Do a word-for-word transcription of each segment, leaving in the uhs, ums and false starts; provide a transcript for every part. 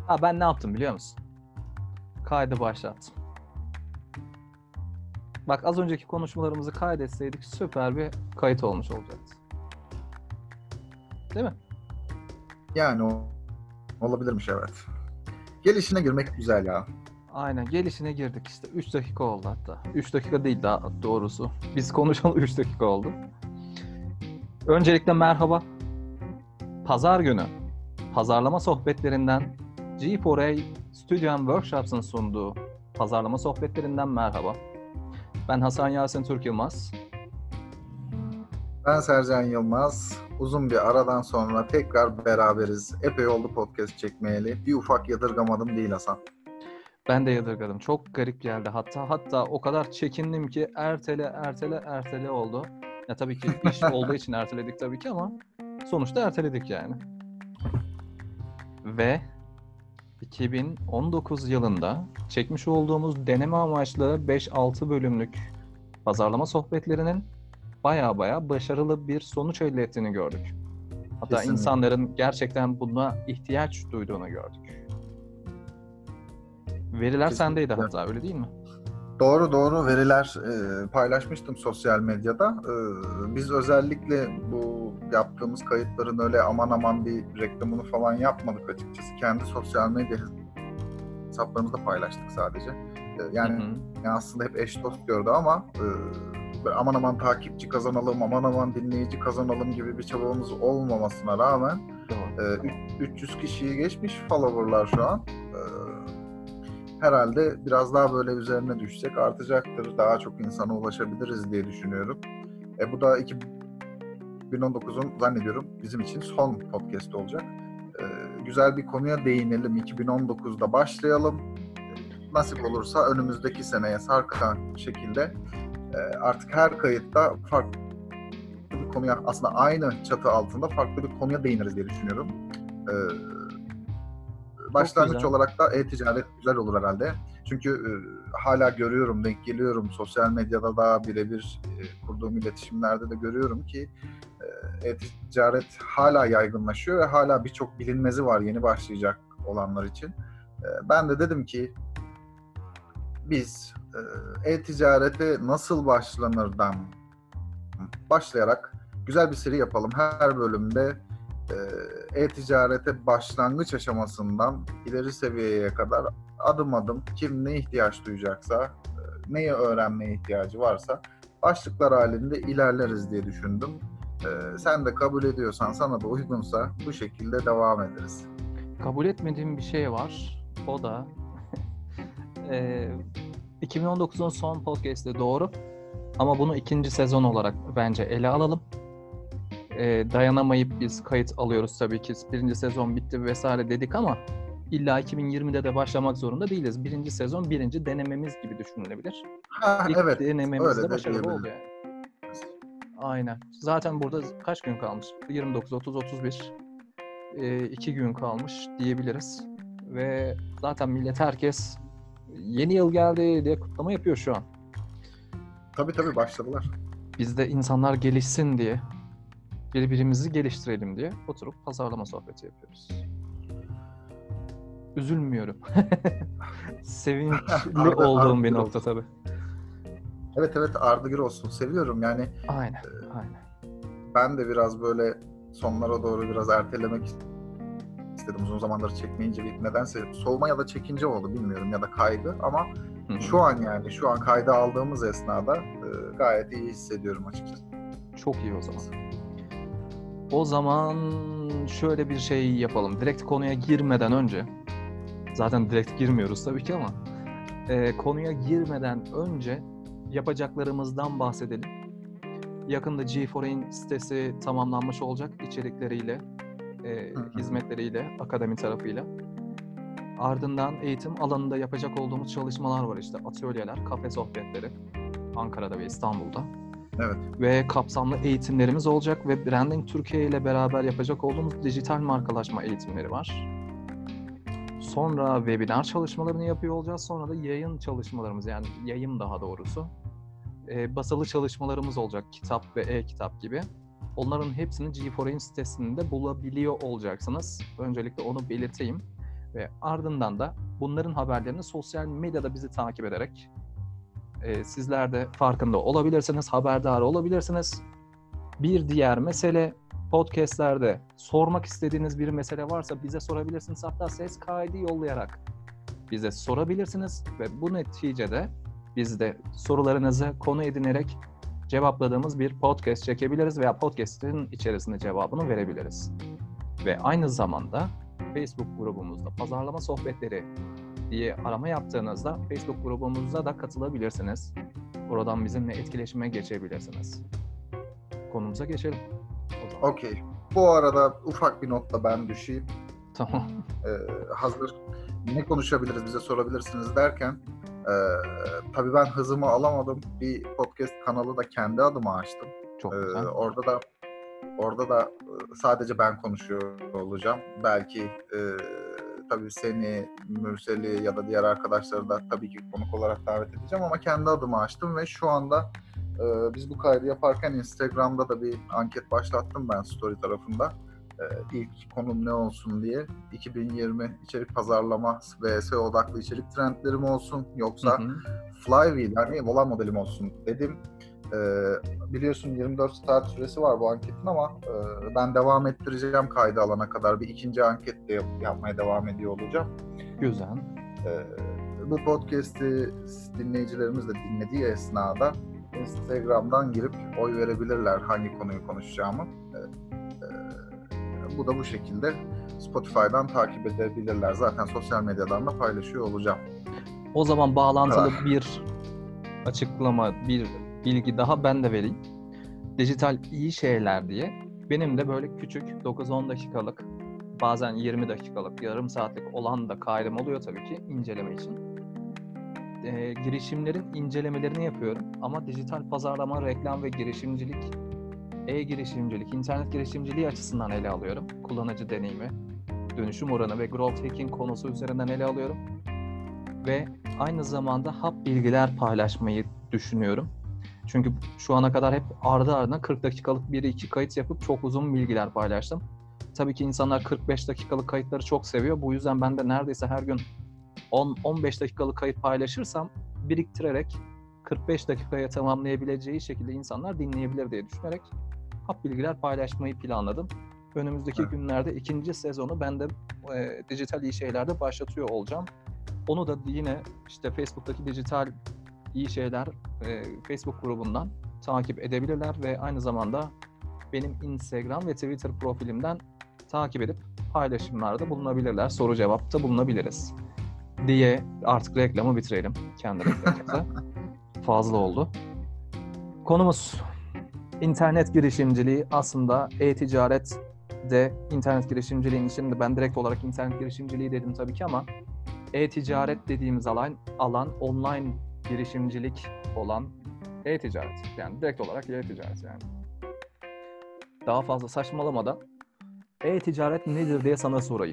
Ha ben ne yaptım biliyor musun? Kaydı başlattım. Bak az önceki konuşmalarımızı kaydetseydik süper bir kayıt olmuş olacaktı. Değil mi? Yani o olabilirmiş, evet. Gelişine girmek güzel ya. Aynen gelişine girdik işte. üç dakika oldu hatta. üç dakika değil daha doğrusu. Biz konuşalı üç dakika oldu. Öncelikle merhaba. Pazar günü pazarlama sohbetlerinden G four A Studio and Workshops'ın sunduğu pazarlama sohbetlerinden merhaba. Ben Hasan Yasin Türk Yılmaz. Ben Sercan Yılmaz. Uzun bir aradan sonra tekrar beraberiz. Epey oldu podcast çekmeyeli. Bir ufak yadırgamadım değil Hasan. Ben de yadırgadım. Çok garip geldi. Hatta hatta o kadar çekindim ki ertele ertele ertele oldu. Ya tabii ki iş olduğu için erteledik tabii ki ama sonuçta erteledik yani. Ve iki bin on dokuz yılında çekmiş olduğumuz deneme amaçlı beş altı bölümlük pazarlama sohbetlerinin baya baya başarılı bir sonuç elde ettiğini gördük. Hatta Kesinlikle. insanların gerçekten buna ihtiyaç duyduğunu gördük. Veriler Kesinlikle. sendeydi hatta, öyle değil mi? Doğru doğru veriler e, paylaşmıştım sosyal medyada. E, biz özellikle bu yaptığımız kayıtların öyle aman aman bir reklamını falan yapmadık açıkçası. Kendi sosyal medya hesaplarımızda paylaştık sadece. E, yani, Hı hı. yani aslında hep eş dost gördü ama e, böyle aman aman takipçi kazanalım, aman aman dinleyici kazanalım gibi bir çabamız olmamasına rağmen e, üç yüz kişiyi geçmiş followerlar şu an. E, herhalde biraz daha böyle üzerine düşsek artacaktır. Daha çok insana ulaşabiliriz diye düşünüyorum. E, bu da iki bin on dokuzun zannediyorum bizim için son podcast olacak. E, güzel bir konuya değinelim. iki bin on dokuzda başlayalım. Nasip olursa önümüzdeki seneye sarkan şekilde e, artık her kayıtta farklı bir konuya, aslında aynı çatı altında farklı bir konuya değiniriz diye düşünüyorum. E, başlangıç güzel. olarak da e-ticaret güzel olur herhalde. Çünkü e, hala görüyorum, denk geliyorum. Sosyal medyada da birebir e, kurduğum iletişimlerde de görüyorum ki e, e-ticaret hala yaygınlaşıyor ve hala birçok bilinmezi var yeni başlayacak olanlar için. E, ben de dedim ki biz e, e-ticarete nasıl başlanırdan başlayarak güzel bir seri yapalım. Her bölümde e-ticarete başlangıç aşamasından ileri seviyeye kadar adım adım kim ne ihtiyaç duyacaksa, neyi öğrenmeye ihtiyacı varsa başlıklar halinde ilerleriz diye düşündüm. E, sen de kabul ediyorsan, sana da uygunsa bu şekilde devam ederiz. Kabul etmediğim bir şey var. O da e, iki bin on dokuzun son podcast'te doğru. Ama bunu ikinci sezon olarak bence ele alalım. E, dayanamayıp biz kayıt alıyoruz tabii ki. Birinci sezon bitti vesaire dedik ama illa iki bin yirmide de başlamak zorunda değiliz. Birinci sezon birinci denememiz gibi düşünülebilir. Ha, İlk evet, denememiz öyle de de başarılı oldu diyebilirim. yani. Aynen. Zaten burada kaç gün kalmış? yirmi dokuz, otuz, otuz bir. E, iki gün kalmış diyebiliriz. Ve zaten millet, herkes yeni yıl geldi diye kutlama yapıyor şu an. Tabii tabii başladılar. Biz de insanlar gelişsin diye, birbirimizi geliştirelim diye oturup pazarlama sohbeti yapıyoruz. Üzülmüyorum. Sevinçli Arda, olduğum Arda bir Gür nokta olsun. tabii. Evet evet Arda Gür olsun. Seviyorum yani. Aynen, aynen. Ben de biraz böyle sonlara doğru biraz ertelemek istedim. Uzun zamandır çekmeyince bir nedense soğuma ya da çekince oldu bilmiyorum, ya da kaygı, ama Hı-hı. şu an yani şu an kayda aldığımız esnada e, gayet iyi hissediyorum açıkçası. Çok iyi o zaman. O zaman şöyle bir şey yapalım. Direkt konuya girmeden önce, zaten direkt girmiyoruz tabii ki ama e, konuya girmeden önce yapacaklarımızdan bahsedelim. Yakında G four A'nin sitesi tamamlanmış olacak içerikleriyle, e, hizmetleriyle, akademi tarafıyla. Ardından eğitim alanında yapacak olduğumuz çalışmalar var işte. Atölyeler, kafe sohbetleri Ankara'da ve İstanbul'da. Evet. Ve kapsamlı eğitimlerimiz olacak ve Branding Türkiye ile beraber yapacak olduğumuz dijital markalaşma eğitimleri var. Sonra webinar çalışmalarını yapıyor olacağız. Sonra da yayın çalışmalarımız, yani yayın daha doğrusu. E, basılı çalışmalarımız olacak, kitap ve e-kitap gibi. Onların hepsini G four A'nin sitesinde bulabiliyor olacaksınız. Öncelikle onu belirteyim. Ve ardından da bunların haberlerini sosyal medyada bizi takip ederek e, sizler de farkında olabilirsiniz, haberdar olabilirsiniz. Bir diğer mesele, podcastlerde sormak istediğiniz bir mesele varsa bize sorabilirsiniz. Hatta ses kaydı yollayarak bize sorabilirsiniz ve bu neticede biz de sorularınızı konu edinerek cevapladığımız bir podcast çekebiliriz veya podcast'in içerisinde cevabını verebiliriz. Ve aynı zamanda Facebook grubumuzda pazarlama sohbetleri diye arama yaptığınızda Facebook grubumuza da katılabilirsiniz. Oradan bizimle etkileşime geçebilirsiniz. Konumuza geçelim. Okey. Bu arada ufak bir notla ben düşeyim. Tamam. Ee, hazır ne konuşabiliriz bize sorabilirsiniz derken e, tabii ben hızımı alamadım. Bir podcast kanalı da kendi adıma açtım. Çok Ee, güzel. orada da orada da sadece ben konuşuyor olacağım. Belki e, tabii seni, Mürsel'i ya da diğer arkadaşları da tabii ki konuk olarak davet edeceğim ama kendi adıma açtım ve şu anda e, biz bu kaydı yaparken Instagram'da da bir anket başlattım ben story tarafında. E, ilk konum ne olsun diye. iki bin yirmi içerik pazarlama ve S E O odaklı içerik trendlerim olsun yoksa hı hı. Flywheel yani vola modelim olsun dedim. E, biliyorsun yirmi dört saat süresi var bu anketin ama e, ben devam ettireceğim kaydı alana kadar. Bir ikinci anket de yap- yapmaya devam ediyor olacağım. Güzel. E, bu podcast'i dinleyicilerimiz de dinlediği esnada Instagram'dan girip oy verebilirler hangi konuyu konuşacağımı. E, e, bu da bu şekilde Spotify'dan takip edebilirler. Zaten sosyal medyadan da paylaşıyor olacağım. O zaman bağlantılı Ah. bir açıklama, bir bilgi daha ben de vereyim. Dijital iyi şeyler diye benim de böyle küçük dokuz on dakikalık, bazen yirmi dakikalık, yarım saatlik olan da kaydım oluyor tabii ki inceleme için. E, girişimlerin incelemelerini yapıyorum ama dijital pazarlama, reklam ve girişimcilik, e-girişimcilik, internet girişimciliği açısından ele alıyorum. Kullanıcı deneyimi, dönüşüm oranı ve growth hacking konusu üzerinden ele alıyorum. Ve aynı zamanda hap bilgiler paylaşmayı düşünüyorum. Çünkü şu ana kadar hep ardı ardına kırk dakikalık bir iki kayıt yapıp çok uzun bilgiler paylaştım. Tabii ki insanlar kırk beş dakikalık kayıtları çok seviyor. Bu yüzden ben de neredeyse her gün on on beş dakikalık kayıt paylaşırsam biriktirerek kırk beş dakikaya tamamlayabileceği şekilde insanlar dinleyebilir diye düşünerek hap bilgiler paylaşmayı planladım. Önümüzdeki evet. günlerde ikinci sezonu ben de e, dijital iyi şeylerde başlatıyor olacağım. Onu da yine işte Facebook'taki dijital iyi şeyler e, Facebook grubundan takip edebilirler ve aynı zamanda benim Instagram ve Twitter profilimden takip edip paylaşımlarda bulunabilirler. Soru cevapta bulunabiliriz diye artık reklamı bitirelim. Kendi reklamımıza. Fazla oldu. Konumuz internet girişimciliği. Aslında e-ticaret de internet girişimciliğin içinde ben direkt olarak internet girişimciliği dedim tabii ki ama e-ticaret dediğimiz alan, alan online girişimcilik olan e-ticaret. Yani direkt olarak e-ticaret yani. Daha fazla saçmalamadan e-ticaret nedir diye sana sorayım.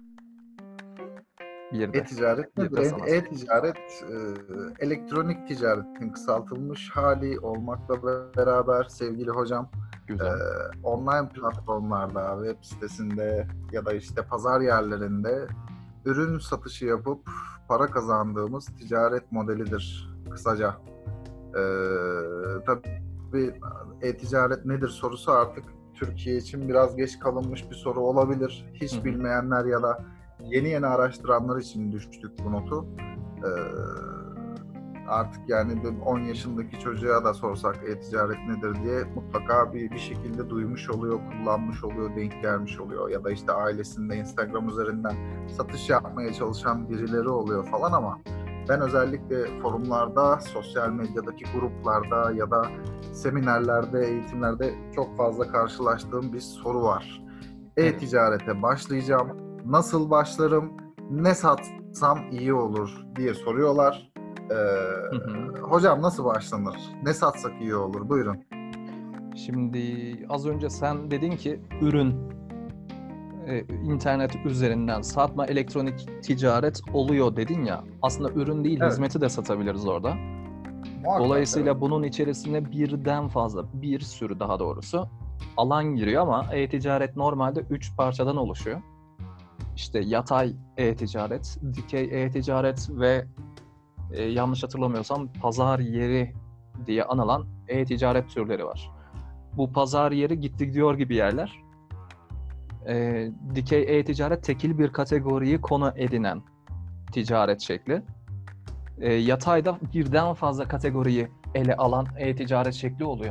Bir de. E-ticaret bir nedir? E- e-ticaret e, elektronik ticaretin kısaltılmış hali olmakla beraber sevgili hocam e, online platformlarda, web sitesinde ya da işte pazar yerlerinde ürün satışı yapıp para kazandığımız ticaret modelidir kısaca. Ee, tabii e-ticaret nedir sorusu artık Türkiye için biraz geç kalınmış bir soru olabilir. Hiç Hı-hı. bilmeyenler ya da yeni yeni araştıranlar için düştük bu notu. Ee, artık yani on yaşındaki çocuğa da sorsak e-ticaret nedir diye mutlaka bir, bir şekilde duymuş oluyor, kullanmış oluyor, denk gelmiş oluyor ya da işte ailesinde Instagram üzerinden satış yapmaya çalışan birileri oluyor falan ama ben özellikle forumlarda, sosyal medyadaki gruplarda ya da seminerlerde, eğitimlerde çok fazla karşılaştığım bir soru var. E-ticarete başlayacağım, nasıl başlarım, ne satsam iyi olur diye soruyorlar. Ee, hı hı. Hocam nasıl başlanır? Ne satsak iyi olur? Buyurun. Şimdi az önce sen dedin ki ürün e, internet üzerinden satma, elektronik ticaret oluyor dedin ya. Aslında ürün değil, evet. hizmeti de satabiliriz orada. Muhakkak, Dolayısıyla evet. bunun içerisine birden fazla, bir sürü daha doğrusu alan giriyor ama e-ticaret normalde üç parçadan oluşuyor. işte yatay e-ticaret, dikey e-ticaret ve e, yanlış hatırlamıyorsam pazar yeri diye anılan e-ticaret türleri var. Bu pazar yeri gitti gidiyor gibi yerler. E, dikey e-ticaret tekil bir kategoriyi konu edinen ticaret şekli. E, yatayda birden fazla kategoriyi ele alan e-ticaret şekli oluyor.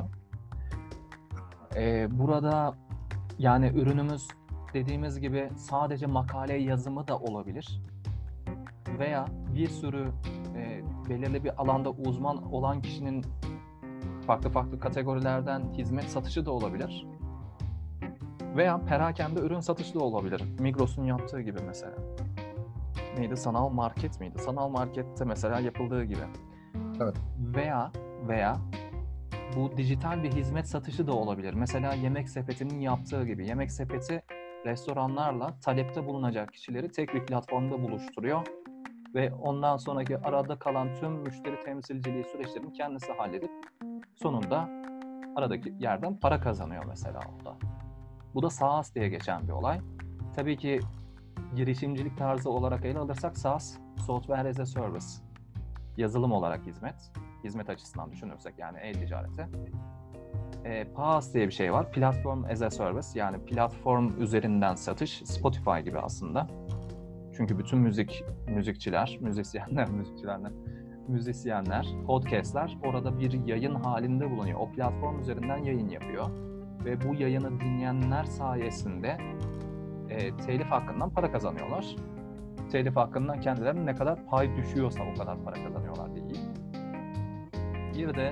E, burada yani ürünümüz dediğimiz gibi sadece makale yazımı da olabilir. Veya bir sürü e, belirli bir alanda uzman olan kişinin farklı farklı kategorilerden hizmet satışı da olabilir. Veya perakende ürün satışı da olabilir. Migros'un yaptığı gibi mesela. Neydi? Sanal market miydi? Sanal markette mesela yapıldığı gibi. Evet. Veya veya bu dijital bir hizmet satışı da olabilir. Mesela Yemek Sepeti'nin yaptığı gibi. Yemek Sepeti restoranlarla talepte bulunacak kişileri tek bir platformda buluşturuyor ve ondan sonraki arada kalan tüm müşteri temsilciliği süreçlerini kendisi halledip sonunda aradaki yerden para kazanıyor mesela orada. Bu da SaaS diye geçen bir olay. Tabii ki girişimcilik tarzı olarak ele alırsak SaaS, Software as a Service, yazılım olarak hizmet, hizmet açısından düşünürsek yani e-ticarete. E, PaaS diye bir şey var, Platform as a Service, yani platform üzerinden satış, Spotify gibi aslında. Çünkü bütün müzik müzikçiler, müzisyenler, müzikçilerden müzisyenler, podcastler orada bir yayın halinde bulunuyor. O platform üzerinden yayın yapıyor ve bu yayını dinleyenler sayesinde e, telif hakkından para kazanıyorlar. Telif hakkından kendilerine ne kadar pay düşüyorsa o kadar para kazanıyorlar diye. Bir de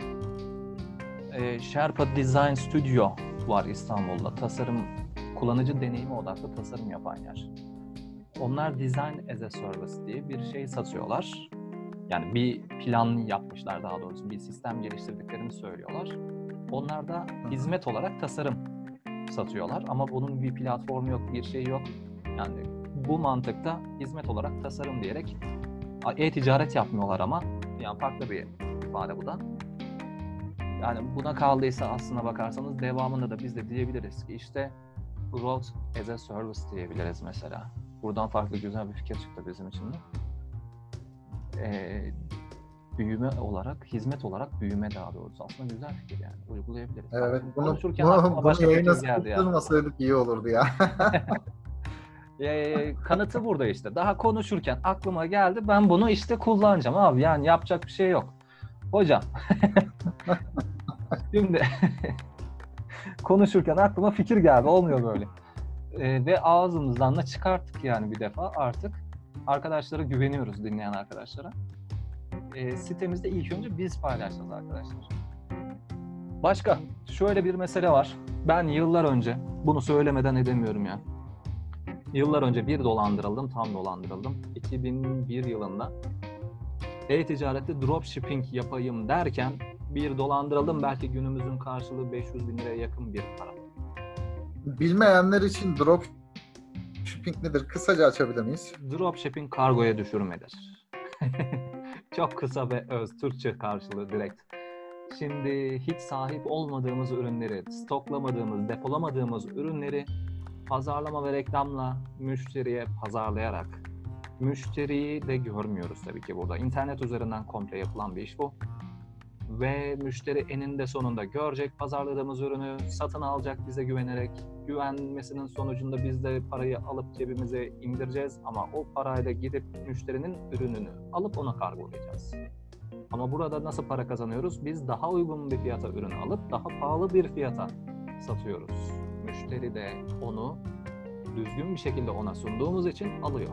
e, Sherpa Design Studio var İstanbul'da. Tasarım, kullanıcı deneyimi odaklı tasarım yapan yer. Onlar Design as a Service diye bir şey satıyorlar. Yani bir plan yapmışlar, daha doğrusu bir sistem geliştirdiklerini söylüyorlar. Onlar da hizmet olarak tasarım satıyorlar ama bunun bir platformu yok, bir şey yok. Yani bu mantıkta hizmet olarak tasarım diyerek e-ticaret yapmıyorlar ama yani farklı bir ifade bu da. Yani buna kaldıysa aslına bakarsanız devamında da biz de diyebiliriz ki işte Growth as a Service diyebiliriz mesela. Buradan farklı güzel bir fikir çıktı bizim için de. Ee, büyüme olarak, hizmet olarak büyüme daha doğrusu. Aslında güzel fikir yani. Uygulayabiliriz. Evet, Bak, bunu, konuşurken bunu, aklıma bunu başka yayına fikir geldi ya. sıkıştırmasaydık iyi olurdu ya. e, kanıtı burada işte. Daha konuşurken aklıma geldi. Ben bunu işte kullanacağım abi. Yani yapacak bir şey yok. Hocam. Şimdi konuşurken aklıma fikir geldi. Olmuyor böyle. E, ve ağzımızdan da çıkarttık yani bir defa artık. Arkadaşlara güveniyoruz, dinleyen arkadaşlara. E, sitemizde ilk önce biz paylaşacağız arkadaşlar. Başka şöyle bir mesele var. Ben yıllar önce, bunu söylemeden edemiyorum ya. Yıllar önce bir dolandırıldım, tam dolandırıldım. iki bin bir yılında e-ticarette dropshipping yapayım derken bir dolandırıldım. Belki günümüzün karşılığı beş yüz bin liraya yakın bir para. Bilmeyenler için dropshipping nedir? Kısaca açabilir miyiz? Dropshipping kargoya düşürmedir. Çok kısa ve öz Türkçe karşılığı direkt. Şimdi hiç sahip olmadığımız ürünleri, stoklamadığımız, depolamadığımız ürünleri pazarlama ve reklamla müşteriye pazarlayarak, müşteriyi de görmüyoruz tabii ki burada. İnternet üzerinden komple yapılan bir iş bu. Ve müşteri eninde sonunda görecek pazarladığımız ürünü, satın alacak bize güvenerek. Güvenmesinin sonucunda biz de parayı alıp cebimize indireceğiz ama o parayla gidip müşterinin ürününü alıp ona kargolayacağız. Ama burada nasıl para kazanıyoruz? Biz daha uygun bir fiyata ürünü alıp daha pahalı bir fiyata satıyoruz. Müşteri de onu düzgün bir şekilde ona sunduğumuz için alıyor.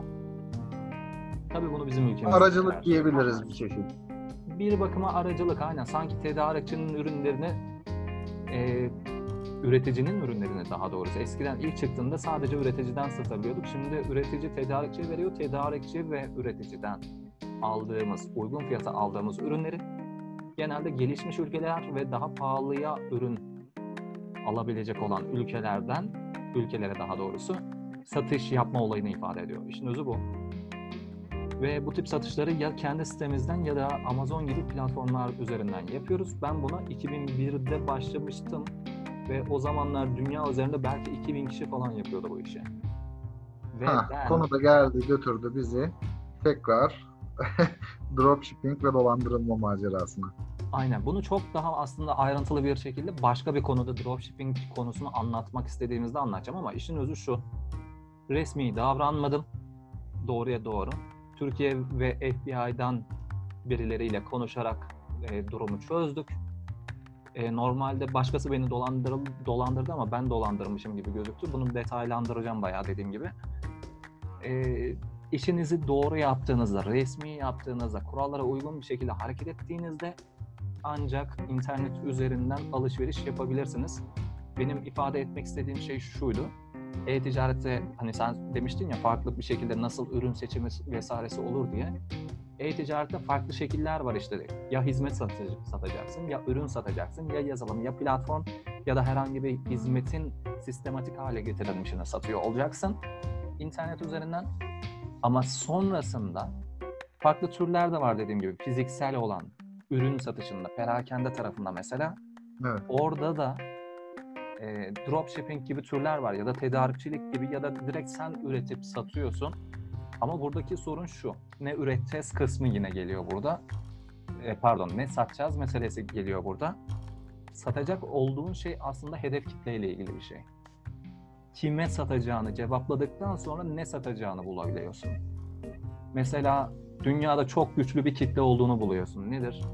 Tabii bunu bizim ülkemizde Aracılık diyebiliriz bir çeşit. Bir bakıma aracılık, aynen. Sanki tedarikçinin ürünlerini, e, üreticinin ürünlerini daha doğrusu. Eskiden ilk çıktığında sadece üreticiden satabiliyorduk. Şimdi üretici tedarikçiye veriyor. Tedarikçi ve üreticiden aldığımız, uygun fiyata aldığımız ürünleri genelde gelişmiş ülkeler ve daha pahalıya ürün alabilecek olan ülkelerden, ülkelere daha doğrusu satış yapma olayını ifade ediyor. İşin özü bu. Ve bu tip satışları ya kendi sitemizden ya da Amazon gibi platformlar üzerinden yapıyoruz. Ben buna iki bin birde başlamıştım ve o zamanlar dünya üzerinde belki iki bin kişi falan yapıyordu bu işi. Ve Ha, ben konu da geldi götürdü bizi tekrar dropshipping ve dolandırılma macerasına. aynen bunu çok daha aslında ayrıntılı bir şekilde başka bir konuda dropshipping konusunu anlatmak istediğimizde anlatacağım ama işin özü şu. Resmi davranmadım. Doğruya doğru. Türkiye ve F B I'dan birileriyle konuşarak e, durumu çözdük. E, normalde başkası beni dolandır, dolandırdı ama ben dolandırmışım gibi gözüktü. Bunu detaylandıracağım bayağı dediğim gibi. E, işinizi doğru yaptığınızda, resmi yaptığınızda, kurallara uygun bir şekilde hareket ettiğinizde ancak internet üzerinden alışveriş yapabilirsiniz. Benim ifade etmek istediğim şey şuydu. E-ticarette hani sen demiştin ya farklı bir şekilde nasıl ürün seçimi vesairesi olur diye. E-ticarette farklı şekiller var işte. Ya hizmet satacaksın, ya ürün satacaksın, ya yazılım, ya platform ya da herhangi bir hizmetin sistematik hale getirilmişini satıyor olacaksın internet üzerinden. Ama sonrasında farklı türler de var dediğim gibi. Fiziksel olan ürün satışında, perakende tarafında mesela. Evet. Orada da e, dropshipping gibi türler var ya da tedarikçilik gibi ya da direkt sen üretip satıyorsun. Ama buradaki sorun şu. Ne üreteceğiz kısmı yine geliyor burada. E, pardon, ne satacağız meselesi geliyor burada. Satacak olduğun şey aslında hedef kitleyle ilgili bir şey. Kime satacağını cevapladıktan sonra ne satacağını bulabiliyorsun. Mesela dünyada çok güçlü bir kitle olduğunu buluyorsun. Nedir?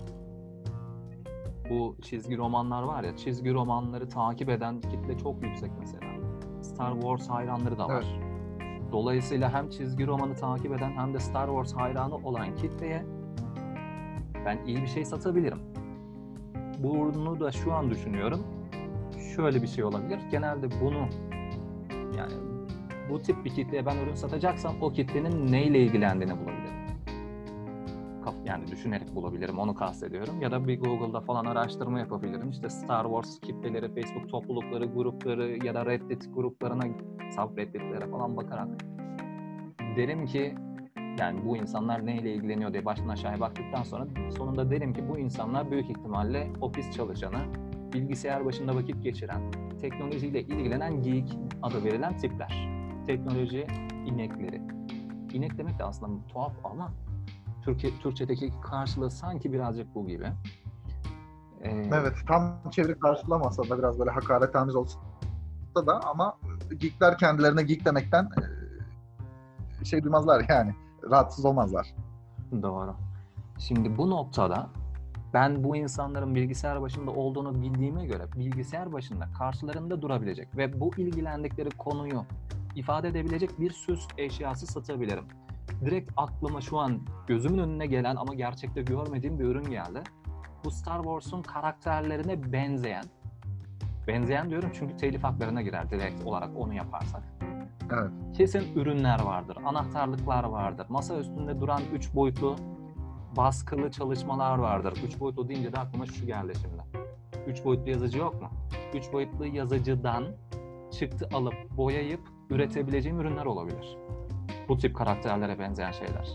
Bu çizgi romanlar var ya, çizgi romanları takip eden kitle çok yüksek mesela. Star Wars hayranları da var. Evet. Dolayısıyla hem çizgi romanı takip eden hem de Star Wars hayranı olan kitleye ben iyi bir şey satabilirim. Bunu da şu an düşünüyorum. Şöyle bir şey olabilir. Genelde bunu yani bu tip bir kitleye ben ürün satacaksam o kitlenin neyle ilgilendiğini bulabilirim. Yani düşünerek bulabilirim, onu kastediyorum. Ya da bir Google'da falan araştırma yapabilirim. İşte Star Wars kitleleri, Facebook toplulukları, grupları ya da Reddit gruplarına, subredditlere falan bakarak derim ki yani bu insanlar neyle ilgileniyor diye baştan aşağıya baktıktan sonra sonunda derim ki bu insanlar büyük ihtimalle ofis çalışanı, bilgisayar başında vakit geçiren, teknolojiyle ilgilenen geek adı verilen tipler. Teknoloji inekleri. İnek demek de aslında tuhaf ama Türkiye, Türkçedeki karşılığı sanki birazcık bu gibi. Ee, Evet, tam çeviri karşılamasa da biraz böyle hakaretamiz olsa da ama geekler kendilerine geek demekten şey duymazlar yani, rahatsız olmazlar. Doğru. Şimdi bu noktada ben bu insanların bilgisayar başında olduğunu bildiğime göre bilgisayar başında karşılarında durabilecek ve bu ilgilendikleri konuyu ifade edebilecek bir süs eşyası satabilirim. Direkt aklıma şu an gözümün önüne gelen ama gerçekte görmediğim bir ürün geldi. Bu Star Wars'un karakterlerine benzeyen, benzeyen diyorum çünkü telif haklarına girer direkt olarak onu yaparsak. Evet. Kesin ürünler vardır, anahtarlıklar vardır, masa üstünde duran üç boyutlu baskılı çalışmalar vardır. Üç boyutlu deyince de aklıma şu geldi şimdi. Üç boyutlu yazıcı yok mu? Üç boyutlu yazıcıdan çıktı alıp boyayıp üretebileceğim ürünler olabilir. Bu tip karakterlere benzeyen şeyler.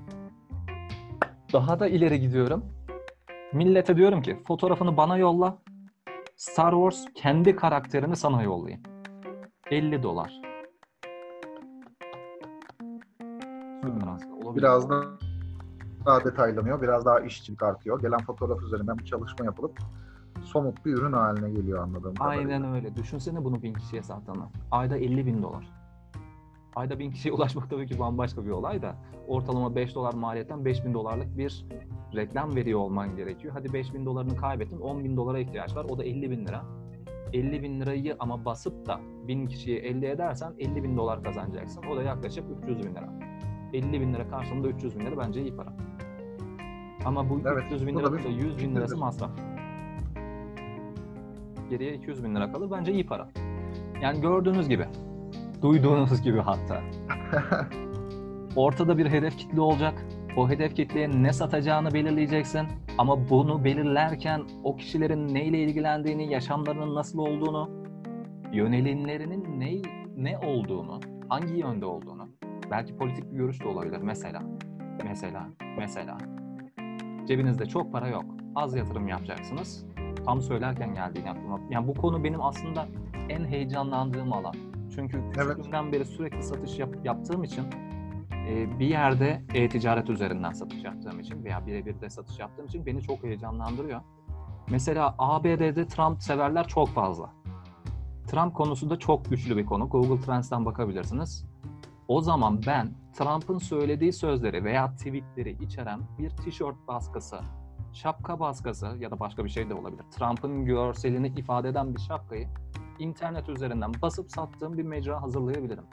Daha da ileri gidiyorum. Millete diyorum ki fotoğrafını bana yolla. Star Wars kendi karakterini sana yollayayım. elli dolar. Hmm. Olabilir. Biraz da daha detaylanıyor, biraz daha işçilik artıyor. Gelen fotoğraf üzerinden bir çalışma yapılıp somut bir ürün haline geliyor anladığım kadarıyla. Aynen öyle. Düşünsene bunu bin kişiye sattığını. Ayda elli bin dolar. Ayda bin kişiye ulaşmak tabii ki bambaşka bir olay da ortalama beş dolar maliyetten beş bin dolarlık bir reklam veriyor olman gerekiyor. Hadi beş bin dolarını kaybettin, on bin dolara ihtiyaç var. O da elli bin lira. elli bin lirayı ama basıp da bin kişiyi elli edersen elli bin dolar kazanacaksın. O da yaklaşık üç yüz bin lira. elli bin lira karşılığında üç yüz bin lira bence iyi para. Ama bu Evet, üç yüz bin bu da lira bir yüz bin lirası fikirdir. masraf. Geriye iki yüz bin lira kalır. Bence iyi para. Yani gördüğünüz gibi, duyduğunuz gibi hatta. Ortada bir hedef kitle olacak. O hedef kitleye ne satacağını belirleyeceksin. Ama bunu belirlerken o kişilerin neyle ilgilendiğini, yaşamlarının nasıl olduğunu, yönelimlerinin ne, ne olduğunu, hangi yönde olduğunu, belki politik bir görüş de olabilir mesela. Mesela, mesela. Cebinizde çok para yok. Az yatırım yapacaksınız. Tam söylerken geldiğini aklıma. Yani bu konu benim aslında en heyecanlandığım alan. Çünkü Evet. küçüklüğümden beri sürekli satış yap, yaptığım için e, bir yerde e-ticaret üzerinden satış yaptığım için veya birebir de satış yaptığım için beni çok heyecanlandırıyor. Mesela A B D'de Trump severler çok fazla. Trump konusu da çok güçlü bir konu. Google Trends'ten bakabilirsiniz. O zaman ben Trump'ın söylediği sözleri veya tweetleri içeren bir tişört baskısı, şapka baskısı ya da başka bir şey de olabilir. Trump'ın görselini ifade eden bir şapkayı internet üzerinden basıp sattığım bir mecra hazırlayabilirim.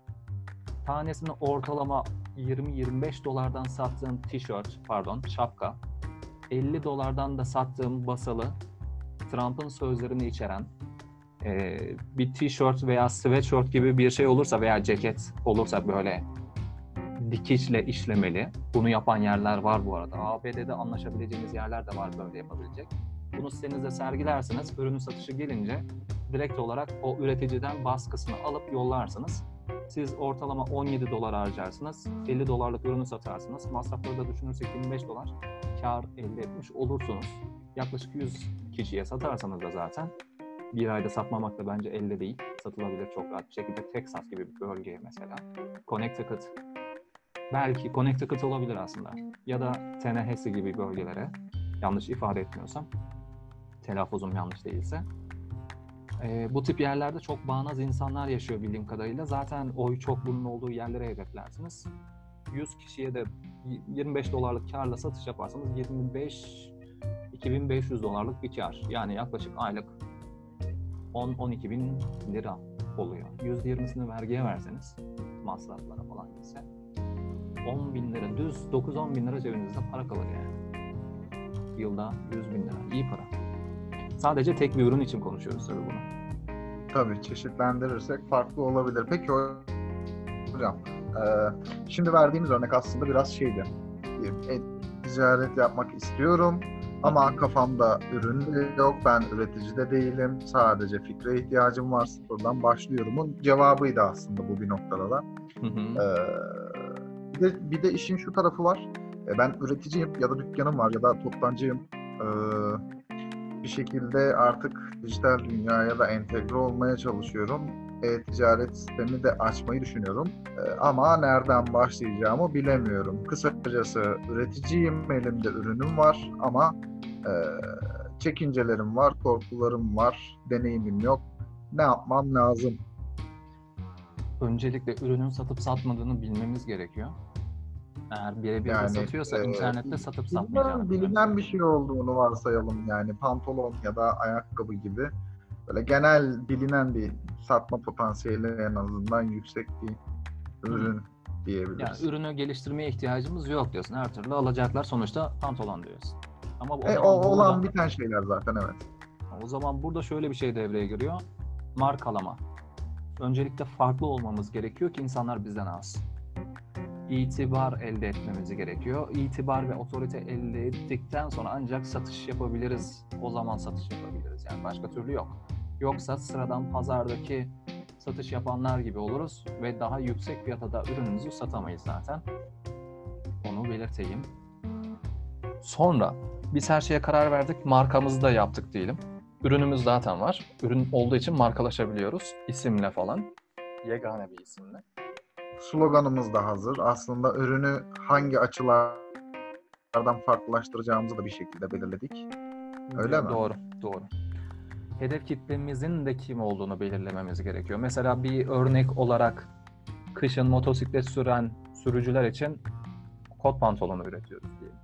Tanesini ortalama yirmi yirmi beş dolardan sattığım tişört, pardon şapka, elli dolardan da sattığım basılı Trump'ın sözlerini içeren e, bir tişört veya sweatshirt gibi bir şey olursa veya ceket olursa böyle dikişle işlemeli. Bunu yapan yerler var bu arada. A B D'de anlaşabileceğiniz yerler de var böyle yapabilecek. Bunu sitenizde sergilersiniz. Ürünün satışı gelince direkt olarak o üreticiden baskısını alıp yollarsınız. Siz ortalama on yedi dolar harcarsınız. elli dolarlık ürünü satarsınız. Masrafları da düşünürsek yirmi beş dolar kar elde etmiş olursunuz. Yaklaşık yüz kişiye satarsanız da zaten bir ayda satmamak da bence elde değil. Satılabilir çok rahat bir şekilde. Texas gibi bir bölgeye mesela. Connecticut. Belki Connecticut olabilir aslında. Ya da Tallahassee gibi bölgelere. Yanlış ifade etmiyorsam. Telaffuzum yanlış değilse. Ee, bu tip yerlerde çok bağnaz insanlar yaşıyor bildiğim kadarıyla. Zaten oy çok bunun olduğu yerlere hedeflersiniz. yüz kişiye de yirmi beş dolarlık karla satış yaparsanız yirmi beş iki bin beş yüz dolarlık bir kar. Yani yaklaşık aylık on on iki bin lira oluyor. yüzde yirmisini vergiye verseniz masraflara falan gitse on bin lira, düz dokuz on bin lira cebinizde para kalır yani. Yılda yüz bin lira. İyi para. Sadece tek bir ürün için konuşuyoruz tabii bunu. Tabii çeşitlendirirsek farklı olabilir. Peki hocam, e, şimdi verdiğimiz örnek aslında biraz şeydi. E, ticaret yapmak istiyorum ama kafamda ürün de yok, ben üretici de değilim, sadece fikre ihtiyacım var, sıfırdan başlıyorumun cevabıydı aslında bu bir noktada da. Hı hı. E, bir, de, bir de işin şu tarafı var. E, ben üreticiyim ya da dükkanım var ya da toptancıyım. E, bir şekilde artık dijital dünyaya da entegre olmaya çalışıyorum. E-ticaret sistemi de açmayı düşünüyorum. Ee, ama nereden başlayacağımı bilemiyorum. Kısacası üreticiyim, elimde ürünüm var ama e, çekincelerim var, korkularım var, deneyimim yok. Ne yapmam lazım? Öncelikle ürünün satıp satmadığını bilmemiz gerekiyor. Eğer birebir Yani, de satıyorsa e, internette satıp bilinen, satmayacağını bilmemiz bilinen bir gerekiyor. şey olduğunu varsayalım, yani pantolon ya da ayakkabı gibi. Böyle genel bilinen bir satma potansiyeli en azından yüksek bir ürün diyebiliriz. Yani ürünü geliştirmeye ihtiyacımız yok diyorsun. Her türlü alacaklar sonuçta pantolon diyorsun. Ama o E, o zaman burada, olan biten şeyler zaten, evet. o zaman burada şöyle bir şey devreye giriyor. Markalama. Öncelikle farklı olmamız gerekiyor ki insanlar bizden alsın. İtibar elde etmemiz gerekiyor. İtibar ve otorite elde ettikten sonra ancak satış yapabiliriz. O zaman satış yapabiliriz. Yani başka türlü yok. Yoksa sıradan pazardaki satış yapanlar gibi oluruz ve daha yüksek fiyata da ürünümüzü satamayız zaten. Onu belirteyim. Sonra biz her şeye karar verdik. Markamızı da yaptık diyelim. Ürünümüz zaten var. Ürün olduğu için markalaşabiliyoruz. İsimle falan. Yegane bir isimle. Sloganımız da hazır. Aslında ürünü hangi açılardan farklılaştıracağımızı da bir şekilde belirledik. Öyle mi? Doğru, doğru. Hedef kitlemizin de kim olduğunu belirlememiz gerekiyor. Mesela bir örnek olarak kışın motosiklet süren sürücüler için kot pantolonu üretiyoruz diyelim.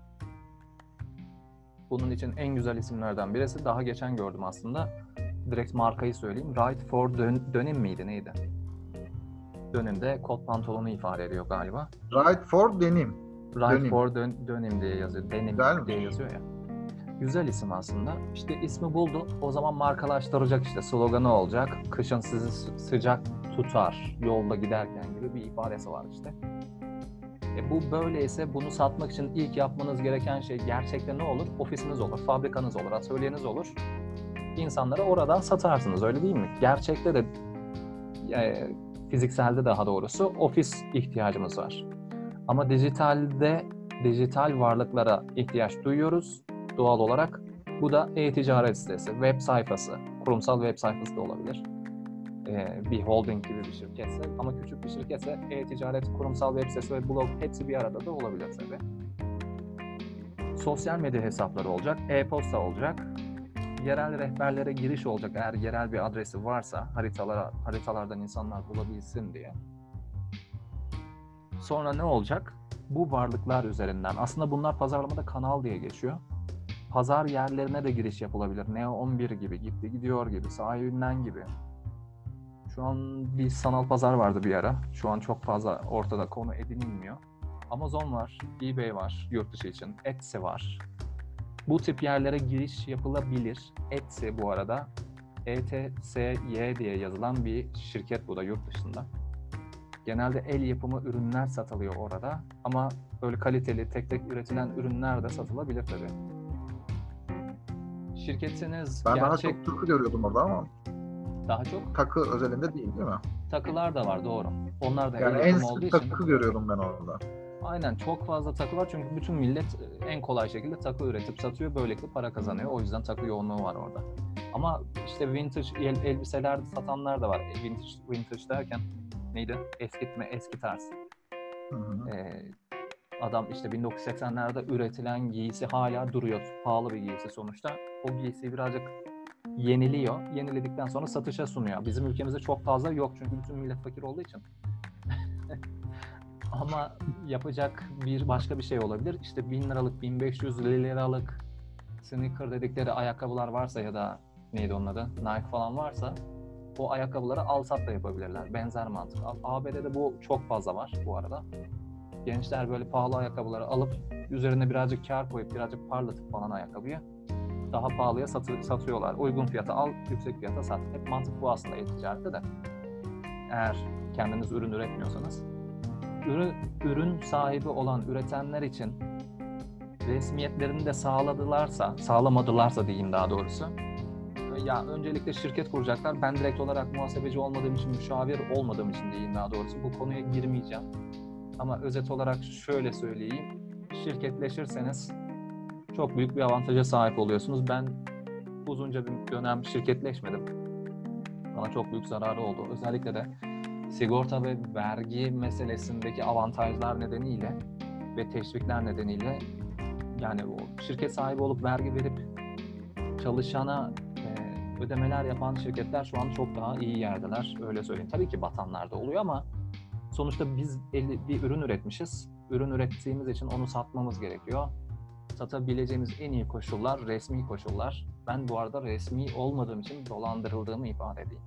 Bunun için en güzel isimlerden birisi, daha geçen gördüm aslında. Direkt markayı söyleyeyim. Right for Dön- Denim miydi neydi? Dönümde kot pantolonu ifade ediyor galiba. Right for denim. Right Denim. for dön- Denim diye yazıyor. Denim Güzelmiş. diye yazıyor ya. Güzel isim aslında. İşte ismi buldu. O zaman markalaştıracak, işte sloganı olacak. Kışın sizi sı- sıcak tutar yolda giderken gibi bir ifadesi var işte. E bu böyleyse bunu satmak için ilk yapmanız gereken şey gerçekten ne olur? Ofisiniz olur, fabrikanız olur, atölyeniz olur. İnsanlara oradan satarsınız, öyle değil mi? Gerçekte de e, fizikselde daha doğrusu ofis ihtiyacımız var. Ama dijitalde dijital varlıklara ihtiyaç duyuyoruz doğal olarak. Bu da e-ticaret sitesi, web sayfası, kurumsal web sayfası da olabilir. e, bir holding gibi bir şirketse ama küçük bir şirketse e-ticaret, kurumsal web sitesi ve blog hepsi bir arada da olabilir tabii. Sosyal medya hesapları olacak, e-posta olacak, yerel rehberlere giriş olacak eğer yerel bir adresi varsa haritalara, haritalardan insanlar bulabilsin diye. Sonra ne olacak? Bu varlıklar üzerinden, aslında bunlar pazarlamada kanal diye geçiyor. Pazar yerlerine de giriş yapılabilir. Neo on bir gibi, Gitti Gidiyor gibi, Sahibinden gibi. Şu an bir sanal pazar vardı bir ara. Şu an çok fazla ortada konu edinilmiyor. Amazon var, eBay var yurt dışı için, Etsy var. Bu tip yerlere giriş yapılabilir. Etsy bu arada E T S Y diye yazılan bir şirket, bu da yurt dışında. Genelde el yapımı ürünler satılıyor orada ama böyle kaliteli tek tek üretilen ürünler de satılabilir tabii. Şirketiniz Ben daha gerçek... çok takı görüyordum orada ama Daha çok takı özelinde değil değil mi? takılar da var, doğru. Onlar da Yani el en yapımı olduğu sık için. takı görüyorum ben orada. Aynen, çok fazla takı var çünkü bütün millet en kolay şekilde takı üretip satıyor. Böylelikle para kazanıyor. O yüzden takı yoğunluğu var orada. Ama işte vintage el, elbiseler satanlar da var. Vintage, vintage derken neydi? Eskitme, eski tarz. Hı hı. Ee, adam işte bin dokuz yüz seksenlerde üretilen giysi hala duruyor. Pahalı bir giysi sonuçta. O giysiyi birazcık yeniliyor. Yeniledikten sonra satışa sunuyor. Bizim ülkemizde çok fazla yok çünkü bütün millet fakir olduğu için. Ama yapacak bir başka bir şey olabilir. İşte bin liralık, bin beş yüz liralık sneaker dedikleri ayakkabılar varsa ya da neydi onun adı? Nike falan varsa o ayakkabıları al sat da yapabilirler. Benzer mantık. A B D'de bu çok fazla var bu arada. Gençler böyle pahalı ayakkabıları alıp üzerine birazcık kar koyup birazcık parlatıp falan ayakkabıyı daha pahalıya satı- satıyorlar. Uygun fiyata al, yüksek fiyata sat. Hep mantık bu aslında e-ticarette de. Eğer kendiniz ürün üretmiyorsanız. Ürün, ürün sahibi olan üretenler için resmiyetlerini de sağladılarsa, sağlamadılarsa diyeyim daha doğrusu. Ya öncelikle şirket kuracaklar. Ben direkt olarak muhasebeci olmadığım için, müşavir olmadığım için diyeyim daha doğrusu. Bu konuya girmeyeceğim. Ama özet olarak şöyle söyleyeyim. Şirketleşirseniz çok büyük bir avantaja sahip oluyorsunuz. Ben uzunca bir dönem şirketleşmedim. Bana çok büyük zararı oldu. Özellikle de sigorta ve vergi meselesindeki avantajlar nedeniyle ve teşvikler nedeniyle, yani o şirket sahibi olup vergi verip çalışana e, ödemeler yapan şirketler şu an çok daha iyi yerdeler. Öyle söyleyeyim. Tabii ki batanlar da oluyor ama sonuçta biz bir ürün üretmişiz. Ürün ürettiğimiz için onu satmamız gerekiyor. Satabileceğimiz en iyi koşullar resmi koşullar. Ben bu arada resmi olmadığım için dolandırıldığımı ifade edeyim.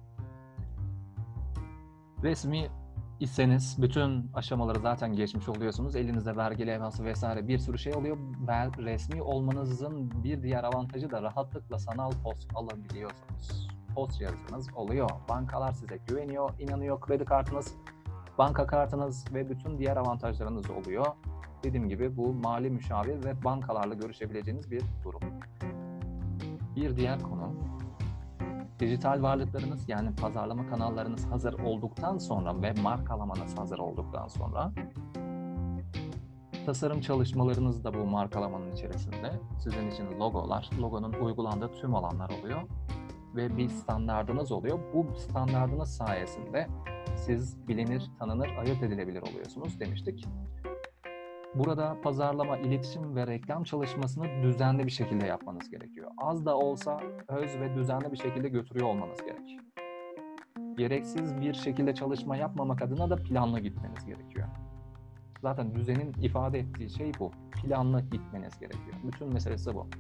Resmi iseniz bütün aşamaları zaten geçmiş oluyorsunuz. Elinizde vergi levhası vesaire bir sürü şey oluyor. Resmi olmanızın bir diğer avantajı da rahatlıkla sanal post alabiliyorsunuz. Post cihazınız oluyor. Bankalar size güveniyor, inanıyor. Kredi kartınız, banka kartınız ve bütün diğer avantajlarınız oluyor. Dediğim gibi bu mali müşavir ve bankalarla görüşebileceğiniz bir durum. Bir diğer konu, dijital varlıklarınız yani pazarlama kanallarınız hazır olduktan sonra ve markalamanız hazır olduktan sonra tasarım çalışmalarınız da bu markalamanın içerisinde. Sizin için logolar, logonun uygulandığı tüm alanlar oluyor ve bir standardınız oluyor. Bu standardınız sayesinde siz bilinir, tanınır, ayırt edilebilir oluyorsunuz demiştik. Burada pazarlama, iletişim ve reklam çalışmasını düzenli bir şekilde yapmanız gerekiyor. Az da olsa öz ve düzenli bir şekilde götürüyor olmanız gerek. Gereksiz bir şekilde çalışma yapmamak adına da planlı gitmeniz gerekiyor. Zaten düzenin ifade ettiği şey bu. Planlı gitmeniz gerekiyor. Bütün meselesi bu.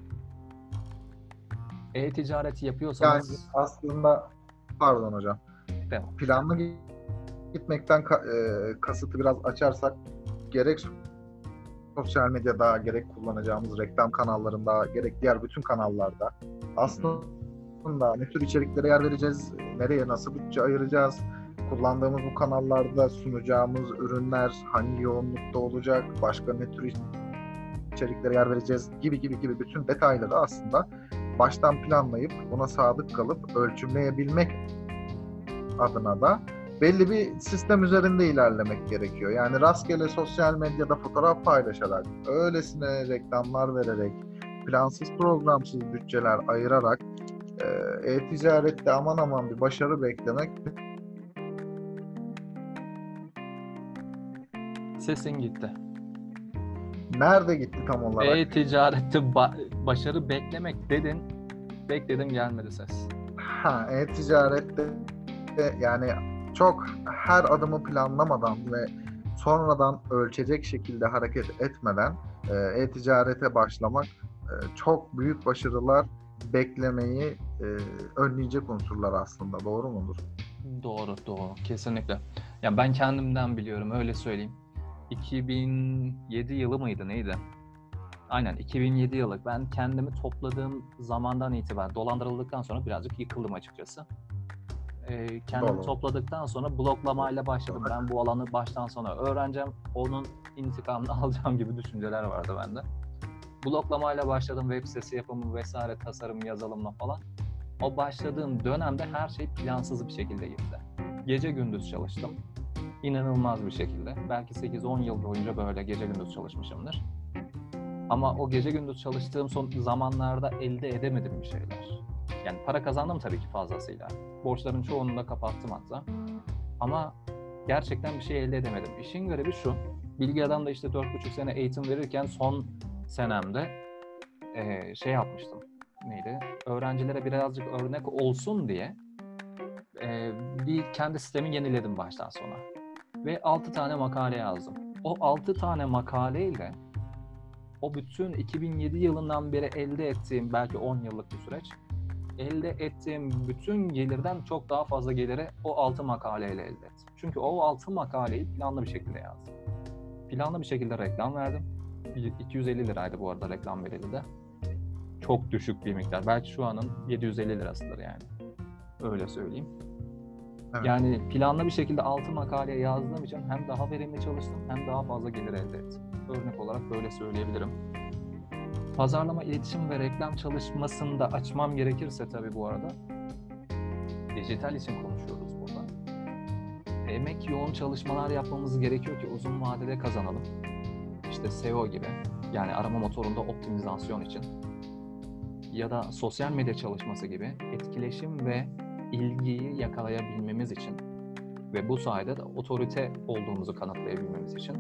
E-ticareti yapıyorsanız... Yani aslında, pardon hocam, Devam. planlı gitmekten ka- e, kasıtı biraz açarsak, gerek sosyal medyada, gerek kullanacağımız reklam kanallarında, gerek diğer bütün kanallarda aslında ne tür içeriklere yer vereceğiz, nereye nasıl bütçe ayıracağız, kullandığımız bu kanallarda sunacağımız ürünler hangi yoğunlukta olacak, başka ne tür içeriklere yer vereceğiz gibi gibi gibi bütün detayları aslında baştan planlayıp buna sadık kalıp ölçümleyebilmek adına da belli bir sistem üzerinde ilerlemek gerekiyor. Yani rastgele sosyal medyada fotoğraf paylaşarak, öylesine reklamlar vererek, plansız programsız bütçeler ayırarak e, e-ticarette aman aman bir başarı beklemek Sesin gitti. Nerede gitti tam olarak? E-ticarette ba- başarı beklemek dedin. Bekledim, gelmedi ses. Ha, e-ticarette yani çok her adımı planlamadan ve sonradan ölçecek şekilde hareket etmeden e, e-ticarete başlamak e, çok büyük başarılar beklemeyi e, önleyecek unsurlar aslında. Doğru mudur? Doğru, doğru. Kesinlikle. Ya ben kendimden biliyorum, öyle söyleyeyim. iki bin yedi yılı mıydı, neydi? Aynen, iki bin yedi yılı. Ben kendimi topladığım zamandan itibaren dolandırıldıktan sonra birazcık yıkıldım açıkçası. Ee, kendimi Doğru. topladıktan sonra bloklamayla başladım. Ben bu alanı baştan sona öğreneceğim. Onun intikamını alacağım gibi düşünceler vardı bende. Bloklamayla başladım, web sitesi yapımı vesaire, tasarım, yazılımla falan. O başladığım dönemde her şey plansız bir şekilde gitti. Gece gündüz çalıştım. İnanılmaz bir şekilde. Belki sekiz on yıl boyunca böyle gece gündüz çalışmışımdır. Ama o gece gündüz çalıştığım son zamanlarda elde edemedim bir şeyler. Yani para kazandım tabii ki fazlasıyla. Borçların çoğunu da kapattım hatta. Ama gerçekten bir şey elde edemedim. İşin garibi şu. Bilgi Adam'da işte dört buçuk sene eğitim verirken son senemde ee, şey yapmıştım. Neydi? Öğrencilere birazcık örnek olsun diye e, bir kendi sistemi yeniledim baştan sona. Ve altı tane makale yazdım. O altı tane makaleyle o bütün iki bin yedi yılından beri elde ettiğim, belki on yıllık bir süreç, elde ettiğim bütün gelirden çok daha fazla geliri o altı makaleyle elde ettim. Çünkü o altı makaleyi planlı bir şekilde yazdım. Planlı bir şekilde reklam verdim. iki yüz elli liraydı bu arada reklam bedeli de. Çok düşük bir miktar. Belki şu anın yedi yüz elli lirasıdır yani. Öyle söyleyeyim. Evet. Yani planlı bir şekilde altı makaleye yazdığım için hem daha verimli çalıştım hem daha fazla gelir elde ettim. Örnek olarak böyle söyleyebilirim. Pazarlama, iletişim ve reklam çalışmasında açmam gerekirse tabii bu arada dijital için konuşuyoruz burada. Emek yoğun çalışmalar yapmamız gerekiyor ki uzun vadede kazanalım. İşte S E O gibi, yani arama motorunda optimizasyon için ya da sosyal medya çalışması gibi etkileşim ve ilgiyi yakalayabilmemiz için ve bu sayede de otorite olduğumuzu kanıtlayabilmemiz için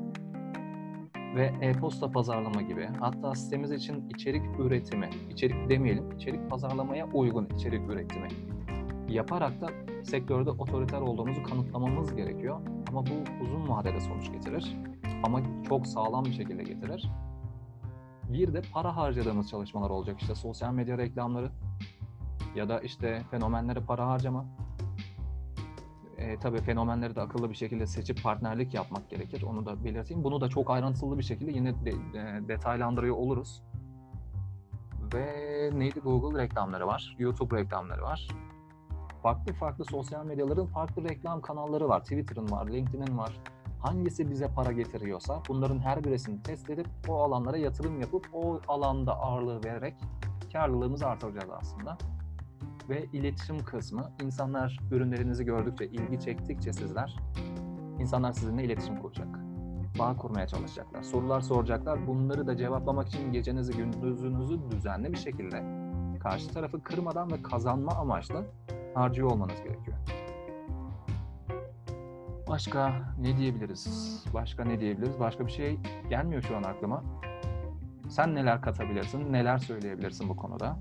ve e-posta pazarlama gibi, hatta sitemiz için içerik üretimi, içerik demeyelim, içerik pazarlamaya uygun içerik üretimi yaparak da sektörde otoriter olduğumuzu kanıtlamamız gerekiyor. Ama bu uzun vadede sonuç getirir. Ama çok sağlam bir şekilde getirir. Bir de para harcadığımız çalışmalar olacak. İşte sosyal medya reklamları ya da işte fenomenlere para harcama. E, tabii fenomenleri de akıllı bir şekilde seçip partnerlik yapmak gerekir. Onu da belirteyim. Bunu da çok ayrıntılı bir şekilde yine de, de, detaylandırıyor oluruz. Ve neydi? Google reklamları var. YouTube reklamları var. Farklı farklı sosyal medyaların farklı reklam kanalları var. Twitter'ın var, LinkedIn'in var. Hangisi bize para getiriyorsa bunların her birisini test edip o alanlara yatırım yapıp o alanda ağırlığı vererek karlılığımızı artıracağız aslında. Ve iletişim kısmı, insanlar ürünlerinizi gördükçe, ilgi çektikçe sizler, insanlar sizinle iletişim kuracak. Bağ kurmaya çalışacaklar, sorular soracaklar. Bunları da cevaplamak için gecenizi, gündüzünüzü düzenli bir şekilde karşı tarafı kırmadan ve kazanma amaçlı harcıyor olmanız gerekiyor. Başka ne diyebiliriz? Başka ne diyebiliriz? Başka bir şey gelmiyor şu an aklıma. Sen neler katabilirsin, neler söyleyebilirsin bu konuda?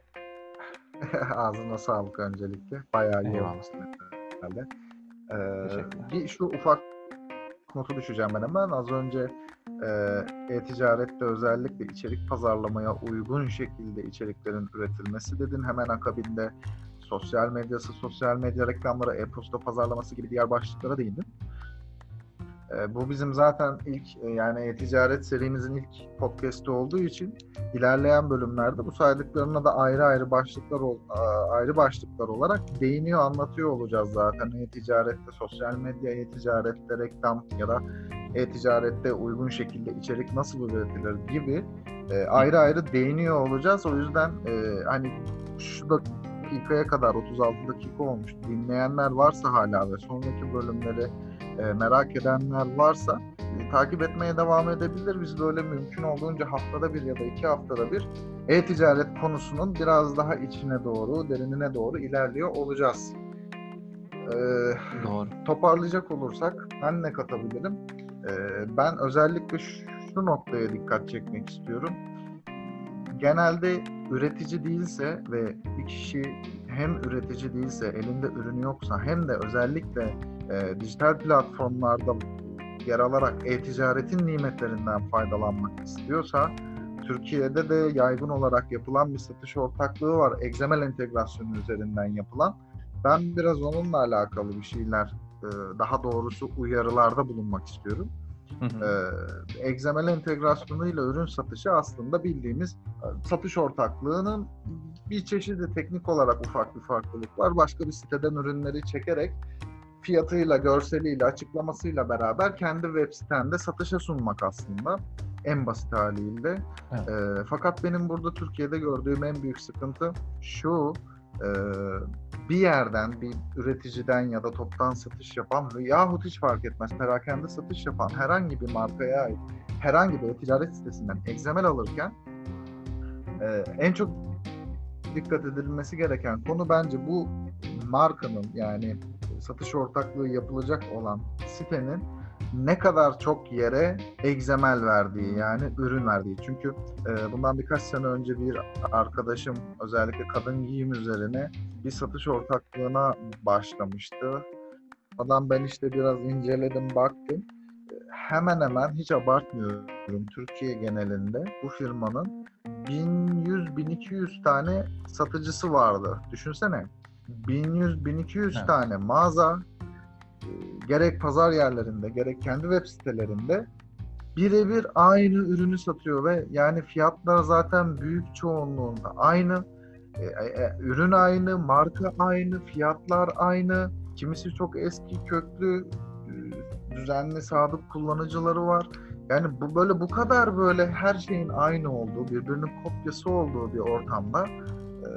Ağzına sağlık öncelikle. Bayağı iyi Eyvallah. olmuşsun herhalde. Ee, Teşekkürler. bir şu ufak notu düşeceğim ben hemen. Az önce e, e-ticarette özellikle içerik pazarlamaya uygun şekilde içeriklerin üretilmesi dedin. Hemen akabinde sosyal medyası, sosyal medya reklamları, e-posta pazarlaması gibi diğer başlıklara değindin. E, bu bizim zaten ilk e, yani e-ticaret serimizin ilk podcast'i olduğu için ilerleyen bölümlerde bu saydıklarına da ayrı ayrı başlıklar ol, ayrı başlıklar olarak değiniyor, anlatıyor olacağız zaten. E-ticarette, sosyal medya, e-ticarette reklam ya da e-ticarette uygun şekilde içerik nasıl üretilir gibi e, ayrı ayrı değiniyor olacağız. O yüzden e, hani şu dakikaya kadar otuz altı dakika olmuş. Dinleyenler varsa hala ve sonraki bölümleri E, merak edenler varsa e, takip etmeye devam edebilir. Biz böyle mümkün olduğunca haftada bir ya da iki haftada bir e-ticaret konusunun biraz daha içine doğru, derinine doğru ilerliyor olacağız. E, Doğru. Toparlayacak olursak ben ne katabilirim? Ee, ben özellikle şu, şu noktaya dikkat çekmek istiyorum. Genelde üretici değilse ve bir kişi hem üretici değilse, elinde ürünü yoksa, hem de özellikle e, dijital platformlarda yer alarak e-ticaretin nimetlerinden faydalanmak istiyorsa, Türkiye'de de yaygın olarak yapılan bir satış ortaklığı var. Examel entegrasyonu üzerinden yapılan. Ben biraz onunla alakalı bir şeyler, daha doğrusu uyarılarda bulunmak istiyorum. Hı hı. Examel entegrasyonuyla ürün satışı aslında bildiğimiz satış ortaklığının bir çeşidi. Teknik olarak ufak bir farklılık var. Başka bir siteden ürünleri çekerek fiyatıyla, görseliyle, açıklamasıyla beraber kendi web sitende satışa sunmak aslında. En basit haliyle. Evet. E, fakat benim burada Türkiye'de gördüğüm en büyük sıkıntı şu: e, bir yerden, bir üreticiden ya da toptan satış yapan yahut hiç fark etmez perakende satış yapan herhangi bir markaya ait herhangi bir ticaret sitesinden egzamel alırken e, en çok dikkat edilmesi gereken konu bence bu markanın, yani satış ortaklığı yapılacak olan sitenin ne kadar çok yere egzamel verdiği, yani ürün verdiği. Çünkü e, bundan birkaç sene önce bir arkadaşım özellikle kadın giyim üzerine bir satış ortaklığına başlamıştı. Adam, ben işte biraz inceledim, baktım. Hemen hemen, hiç abartmıyorum, Türkiye genelinde bu firmanın bin yüz bin iki yüz tane satıcısı vardı. Düşünsene. bin yüz bin iki yüz evet. tane mağaza, gerek pazar yerlerinde gerek kendi web sitelerinde birebir aynı ürünü satıyor ve yani fiyatlar zaten büyük çoğunluğunda aynı, e, e, ürün aynı, marka aynı, fiyatlar aynı. Kimisi çok eski köklü, düzenli, sadık kullanıcıları var. Yani bu böyle bu kadar böyle her şeyin aynı olduğu, birbirinin kopyası olduğu bir ortamda e,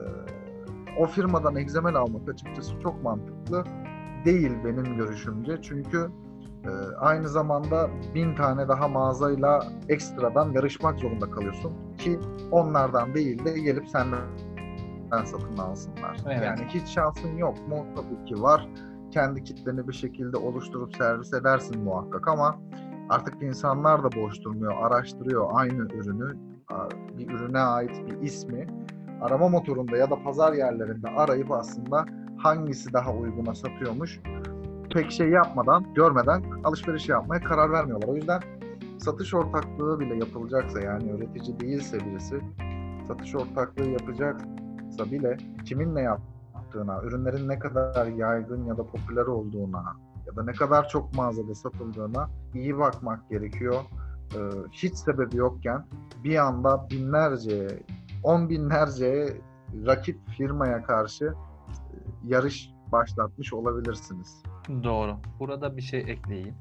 o firmadan egzamel almak açıkçası çok mantıklı değil benim görüşümce. Çünkü e, aynı zamanda bin tane daha mağazayla ekstradan yarışmak zorunda kalıyorsun ki onlardan değil de gelip senden satın alsınlar. Evet. Yani hiç şansın yok mu? Tabii ki var. Kendi kitleni bir şekilde oluşturup servis edersin muhakkak ama artık insanlar da boş durmuyor, araştırıyor aynı ürünü, bir ürüne ait bir ismi arama motorunda ya da pazar yerlerinde arayıp aslında hangisi daha uyguna satıyormuş pek şey yapmadan, görmeden alışveriş yapmaya karar vermiyorlar. O yüzden satış ortaklığı bile yapılacaksa, yani üretici değilse birisi, satış ortaklığı yapacaksa bile kiminle yaptığına, ürünlerin ne kadar yaygın ya da popüler olduğuna ya da ne kadar çok mağazada satıldığına iyi bakmak gerekiyor. Ee, hiç sebebi yokken bir anda binlerce, on binlerce rakip firmaya karşı yarış başlatmış olabilirsiniz. Doğru. Burada bir şey ekleyeyim.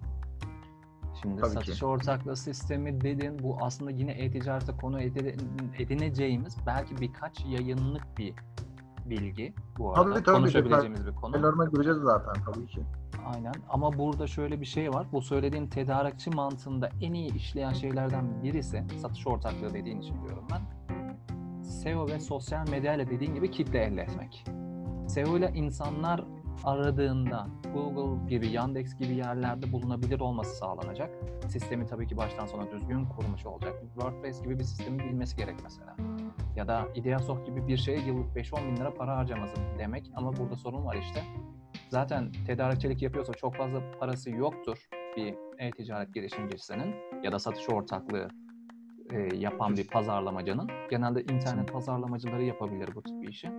Şimdi Tabii satış ki. ortaklığı sistemi dedin, bu aslında yine e-ticarete konu edineceğimiz belki birkaç yayınlık bir bilgi bu arada. Tabii, tabii, konuşabileceğimiz bir konu. Ellerine göreceğiz zaten tabii ki. Aynen, ama burada şöyle bir şey var. Bu söylediğin tedarikçi mantığında en iyi işleyen şeylerden birisi, satış ortaklığı dediğin için diyorum ben, S E O ve sosyal medyayla dediğin gibi kitle elde etmek. S E O ile insanlar aradığında Google gibi, Yandex gibi yerlerde bulunabilir olması sağlanacak. Sistemi tabii ki baştan sona düzgün kurmuş olacak. WordPress gibi bir sistemi bilmesi gerek mesela. Ya da Ideasoft gibi bir şeye yıllık beş on bin lira para harcaması demek. Ama burada sorun var işte. Zaten tedarikçilik yapıyorsa çok fazla parası yoktur bir e-ticaret girişimcisinin ya da satış ortaklığı e, yapan bir pazarlamacının. Genelde internet pazarlamacıları yapabilir bu tip bir işi.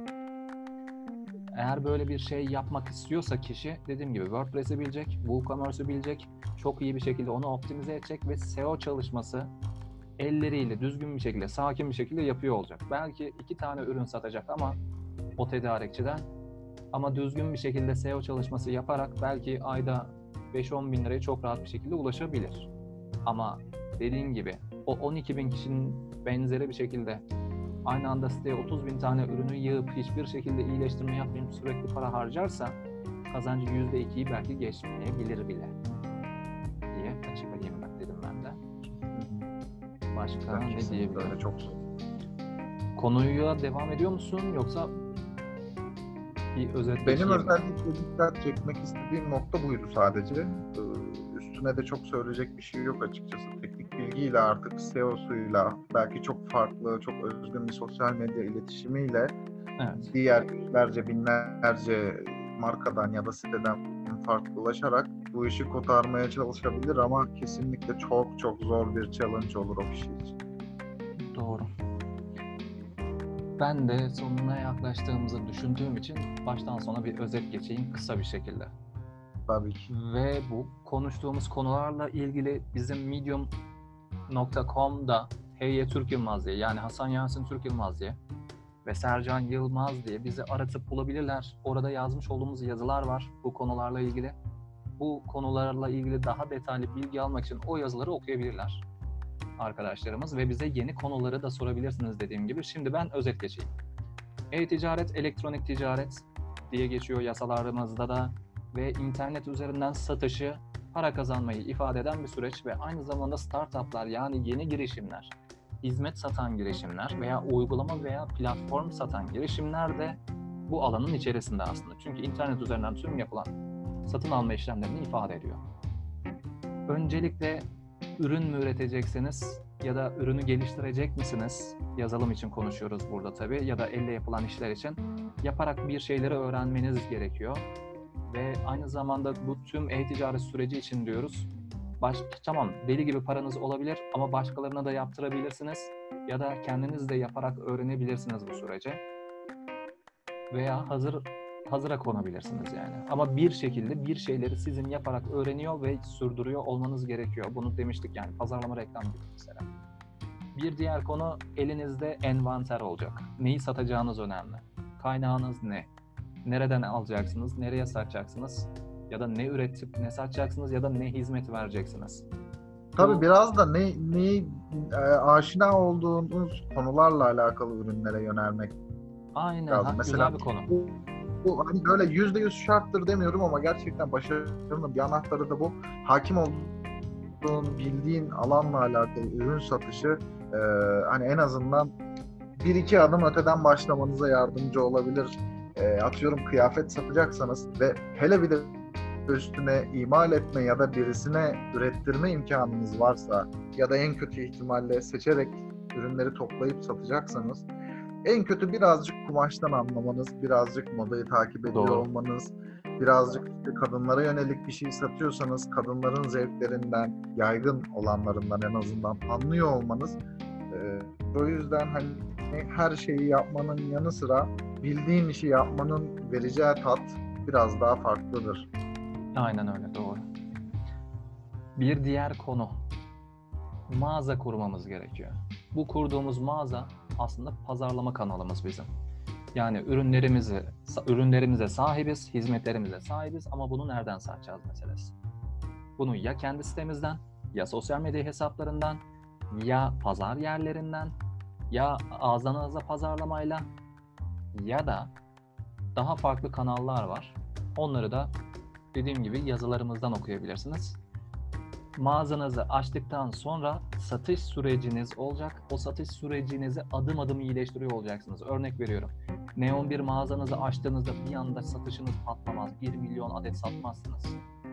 Eğer böyle bir şey yapmak istiyorsa kişi, dediğim gibi WordPress'i bilecek, WooCommerce'ı bilecek, çok iyi bir şekilde onu optimize edecek ve S E O çalışması elleriyle düzgün bir şekilde, sakin bir şekilde yapıyor olacak. Belki iki tane ürün satacak ama o tedarikçiden, ama düzgün bir şekilde S E O çalışması yaparak belki ayda beş on bin liraya çok rahat bir şekilde ulaşabilir. Ama dediğin gibi o on iki bin kişinin benzeri bir şekilde aynı anda siteye otuz bin tane ürünü yığıp hiçbir şekilde iyileştirme yapmayıp sürekli para harcarsa kazancı yüzde ikiyi belki geçmeyebilir bile diye açıklayayım ben dedim ben de. Başka ben ne diyebilirim? Çok Konuya devam ediyor musun yoksa bir özet Benim özellikle dikkat çekmek istediğim nokta buydu sadece. Üstüne üstüne de çok söyleyecek bir şey yok açıkçası. Teknik bilgiyle artık S E O'suyla belki çok farklı, çok özgün bir sosyal medya iletişimiyle Evet. diğer yüzlerce, binlerce markadan ya da siteden farklılaşarak bu işi kotarmaya çalışabilir ama kesinlikle çok çok zor bir challenge olur o kişi için. Doğru. Ben de sonuna yaklaştığımızı düşündüğüm için baştan sona bir özet geçeyim kısa bir şekilde. Tabii ki. Ve bu konuştuğumuz konularla ilgili bizim medium nokta com'da Heyye Türk Yılmaz diye, yani Hasan Yasin Türk Yılmaz diye ve Sercan Yılmaz diye bizi aratıp bulabilirler. Orada yazmış olduğumuz yazılar var bu konularla ilgili. Bu konularla ilgili daha detaylı bilgi almak için o yazıları okuyabilirler arkadaşlarımız ve bize yeni konuları da sorabilirsiniz dediğim gibi. Şimdi ben özet geçeyim. E-ticaret, elektronik ticaret diye geçiyor yasalarımızda da ve internet üzerinden satışı, para kazanmayı ifade eden bir süreç ve aynı zamanda startuplar, yani yeni girişimler, hizmet satan girişimler veya uygulama veya platform satan girişimler de bu alanın içerisinde aslında. Çünkü internet üzerinden tüm yapılan satın alma işlemlerini ifade ediyor. Öncelikle ürün mü üreteceksiniz ya da ürünü geliştirecek misiniz? Yazılım için konuşuyoruz burada tabii ya da elle yapılan işler için. Yaparak bir şeyleri öğrenmeniz gerekiyor. Ve aynı zamanda bu tüm e-ticaret süreci için diyoruz. Baş, tamam deli gibi paranız olabilir ama başkalarına da yaptırabilirsiniz ya da kendiniz de yaparak öğrenebilirsiniz bu sürece. Veya hazır hazıra konabilirsiniz yani. Ama bir şekilde bir şeyleri sizin yaparak öğreniyor ve sürdürüyor olmanız gerekiyor. Bunu demiştik yani pazarlama, reklam gibi mesela. Bir diğer konu elinizde envanter olacak. Neyi satacağınız önemli. Kaynağınız ne? Nereden alacaksınız? Nereye satacaksınız? Ya da ne üretip ne satacaksınız ya da ne hizmet vereceksiniz? Tabii Bu... biraz da ne, neyi e, aşina olduğunuz konularla alakalı ürünlere yönelmek Aynen, lazım. ha, Mesela güzel bir konu. Bu, bu hani böyle yüzde yüz şarttır demiyorum ama gerçekten başarının bir anahtarı da bu. Hakim olduğun, bildiğin alanla alakalı ürün satışı e, hani en azından bir iki adım öteden başlamanıza yardımcı olabilir. E, atıyorum kıyafet satacaksanız ve hele bir de üstüne imal etme ya da birisine ürettirme imkanınız varsa ya da en kötü ihtimalle seçerek ürünleri toplayıp satacaksanız en kötü birazcık kumaştan anlamanız, birazcık modayı takip ediyor Doğru. olmanız, birazcık işte kadınlara yönelik bir şey satıyorsanız kadınların zevklerinden, yaygın olanlarından en azından anlıyor olmanız. Ee, o yüzden hani her şeyi yapmanın yanı sıra bildiğin işi yapmanın vereceği tat biraz daha farklıdır. Aynen öyle, doğru. Bir diğer konu, mağaza kurmamız gerekiyor. Bu kurduğumuz mağaza aslında pazarlama kanalımız bizim. Yani ürünlerimizi, ürünlerimize sahibiz, hizmetlerimize sahibiz ama bunu nereden satacağız meselesi. Bunu ya kendi sitemizden, ya sosyal medya hesaplarından, ya pazar yerlerinden, ya ağızdan ağıza pazarlamayla ya da daha farklı kanallar var. Onları da dediğim gibi yazılarımızdan okuyabilirsiniz. Mağazanızı açtıktan sonra satış süreciniz olacak. O satış sürecinizi adım adım iyileştiriyor olacaksınız. Örnek veriyorum. Neon bir mağazanızı açtığınızda bir anda satışınız patlamaz. bir milyon adet satmazsınız.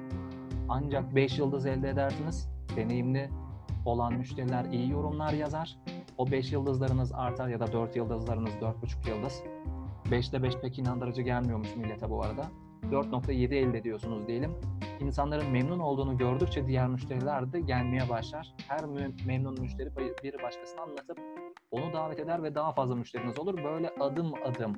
Ancak beş yıldız elde edersiniz. Deneyimli olan müşteriler iyi yorumlar yazar. O beş yıldızlarınız artar ya da dört yıldızlarınız dört buçuk yıldız. beşte beş pek inandırıcı gelmiyormuş millete bu arada. dört nokta yedi elde ediyorsunuz diyelim. İnsanların memnun olduğunu gördükçe diğer müşteriler de gelmeye başlar. Her memnun müşteri bir başkasına anlatıp onu davet eder ve daha fazla müşteriniz olur. Böyle adım adım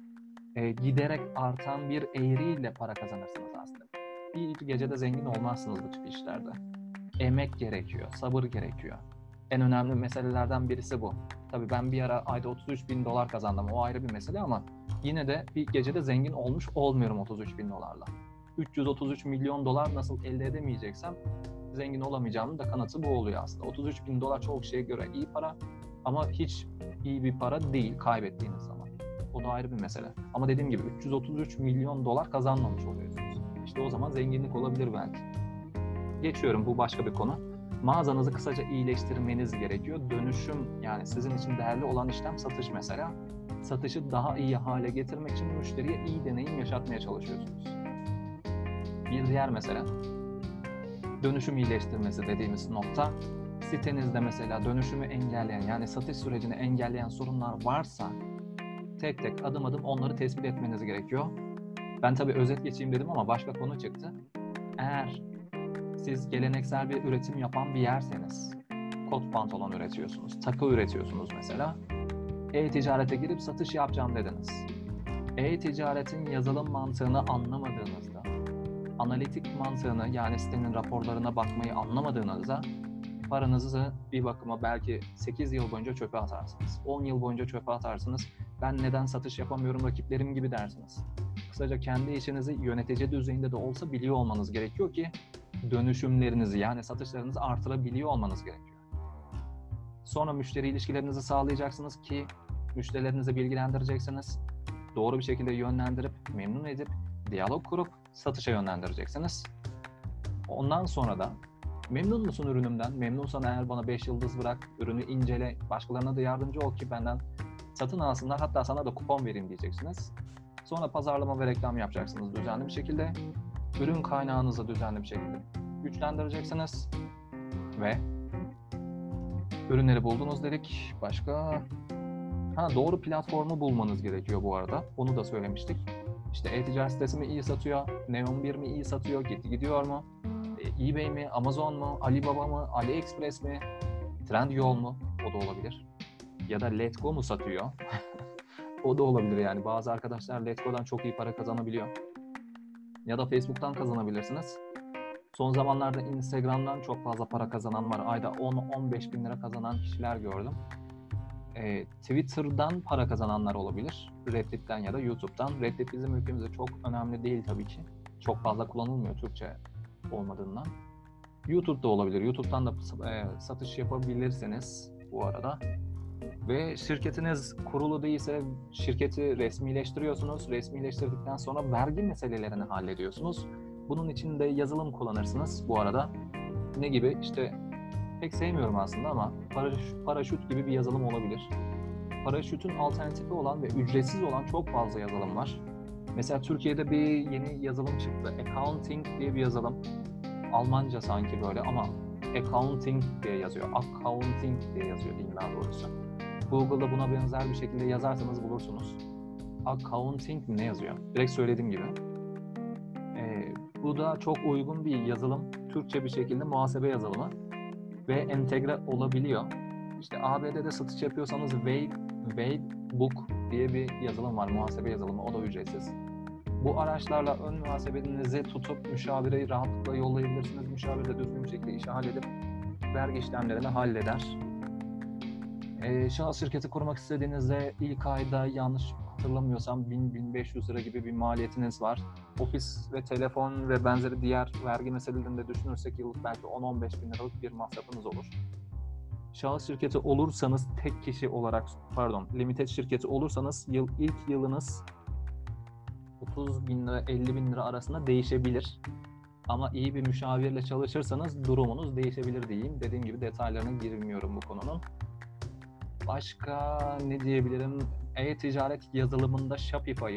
e, giderek artan bir eğriyle para kazanırsınız aslında. Bir gecede zengin olmazsınız bu tip işlerde. Emek gerekiyor, sabır gerekiyor. En önemli meselelerden birisi bu. Tabii ben bir ara ayda otuz üç bin dolar kazandım. O ayrı bir mesele ama yine de bir gecede zengin olmuş olmuyorum otuz üç bin dolarla. üç yüz otuz üç milyon dolar nasıl elde edemeyeceksem zengin olamayacağımın da kanıtı bu oluyor aslında. otuz üç bin dolar çoğu kişiye göre iyi para ama hiç iyi bir para değil kaybettiğiniz zaman. O da ayrı bir mesele. Ama dediğim gibi üç yüz otuz üç milyon dolar kazanmamış oluyorsunuz. İşte o zaman zenginlik olabilir belki. Geçiyorum, bu başka bir konu. Mağazanızı kısaca iyileştirmeniz gerekiyor. Dönüşüm, yani sizin için değerli olan işlem satış mesela. Satışı daha iyi hale getirmek için müşteriye iyi deneyim yaşatmaya çalışıyorsunuz. Bir diğer mesele, dönüşüm iyileştirmesi dediğimiz nokta. Sitenizde mesela dönüşümü engelleyen, yani satış sürecini engelleyen sorunlar varsa tek tek adım adım onları tespit etmeniz gerekiyor. Ben tabii özet geçeyim dedim ama başka konu çıktı. Eğer siz geleneksel bir üretim yapan bir yerseniz, kot pantolon üretiyorsunuz, takı üretiyorsunuz mesela, e-ticarete girip satış yapacağım dediniz. E-ticaretin yazılım mantığını anlamadığınızda, analitik mantığını, yani sitenin raporlarına bakmayı anlamadığınızda paranızı bir bakıma belki sekiz yıl boyunca çöpe atarsınız. on yıl boyunca çöpe atarsınız. Ben neden satış yapamıyorum rakiplerim gibi dersiniz. Kısaca kendi işinizi yönetici düzeyinde de olsa biliyor olmanız gerekiyor ki dönüşümlerinizi, yani satışlarınızı artırabiliyor olmanız gerekiyor. Sonra müşteri ilişkilerinizi sağlayacaksınız ki müşterilerinizi bilgilendireceksiniz. Doğru bir şekilde yönlendirip, memnun edip, diyalog kurup satışa yönlendireceksiniz. Ondan sonra da memnun musun ürünümden? Memnunsan eğer bana beş yıldız bırak, ürünü incele, başkalarına da yardımcı ol ki benden satın alsınlar, hatta sana da kupon vereyim diyeceksiniz. Sonra pazarlama ve reklam yapacaksınız düzenli bir şekilde. Ürün kaynağınızı düzenli bir şekilde güçlendireceksiniz. Ve ürünleri buldunuz dedik. Başka? Ha, doğru platformu bulmanız gerekiyor bu arada. Onu da söylemiştik. İşte e-ticaret sitesi mi iyi satıyor? Neon bir mi iyi satıyor? Gitti gidiyor mu? eBay mi? Amazon mu? Alibaba mı? AliExpress mi? Trendyol mu? O da olabilir. Ya da Letgo mu satıyor? O da olabilir yani. Bazı arkadaşlar Letgo'dan çok iyi para kazanabiliyor. Ya da Facebook'tan kazanabilirsiniz. Son zamanlarda Instagram'dan çok fazla para kazanan var. Ayda on on beş bin lira kazanan kişiler gördüm. E, Twitter'dan para kazananlar olabilir. Reddit'ten ya da YouTube'dan. Reddit bizim ülkemizde çok önemli değil tabii ki. Çok fazla kullanılmıyor Türkçe olmadığından. YouTube'da olabilir. YouTube'dan da e, satış yapabilirsiniz bu arada. Ve şirketiniz kurulu değilse şirketi resmileştiriyorsunuz. Resmileştirdikten sonra vergi meselelerini hallediyorsunuz. Bunun için de yazılım kullanırsınız bu arada. Ne gibi? İşte pek sevmiyorum aslında ama paraşüt, paraşüt gibi bir yazılım olabilir. Paraşütün alternatifi olan ve ücretsiz olan çok fazla yazılım var. Mesela Türkiye'de bir yeni yazılım çıktı. Accounting diye bir yazılım. Almanca sanki böyle ama accounting diye yazıyor. Accounting diye yazıyor diyeyim daha doğrusu. Google'da buna benzer bir şekilde yazarsanız bulursunuz. Accounting ne yazıyor? Direkt söylediğim gibi. Ee, bu da çok uygun bir yazılım. Türkçe bir şekilde muhasebe yazılımı. Ve entegre olabiliyor. İşte A B D'de satış yapıyorsanız Wade, Wade Book diye bir yazılım var. Muhasebe yazılımı. O da ücretsiz. Bu araçlarla ön muhasebenizi tutup müşavire rahatlıkla yollayabilirsiniz. Müşavir de düzgün bir şekilde işi halledip vergi işlemlerini halleder. Ee, şahıs şirketi kurmak istediğinizde ilk ayda yanlış hatırlamıyorsam bin bin beş yüz lira gibi bir maliyetiniz var. Ofis ve telefon ve benzeri diğer vergi meselelerini de düşünürsek yıllık belki on on beş bin liralık bir masrafınız olur. Şahıs şirketi olursanız tek kişi olarak, pardon, limited şirketi olursanız yıl, ilk yılınız otuz bin lira elli bin lira arasında değişebilir. Ama iyi bir müşavirle çalışırsanız durumunuz değişebilir diyeyim. Dediğim gibi detaylarına girmiyorum bu konunun. Başka ne diyebilirim? E-ticaret yazılımında Shopify'ı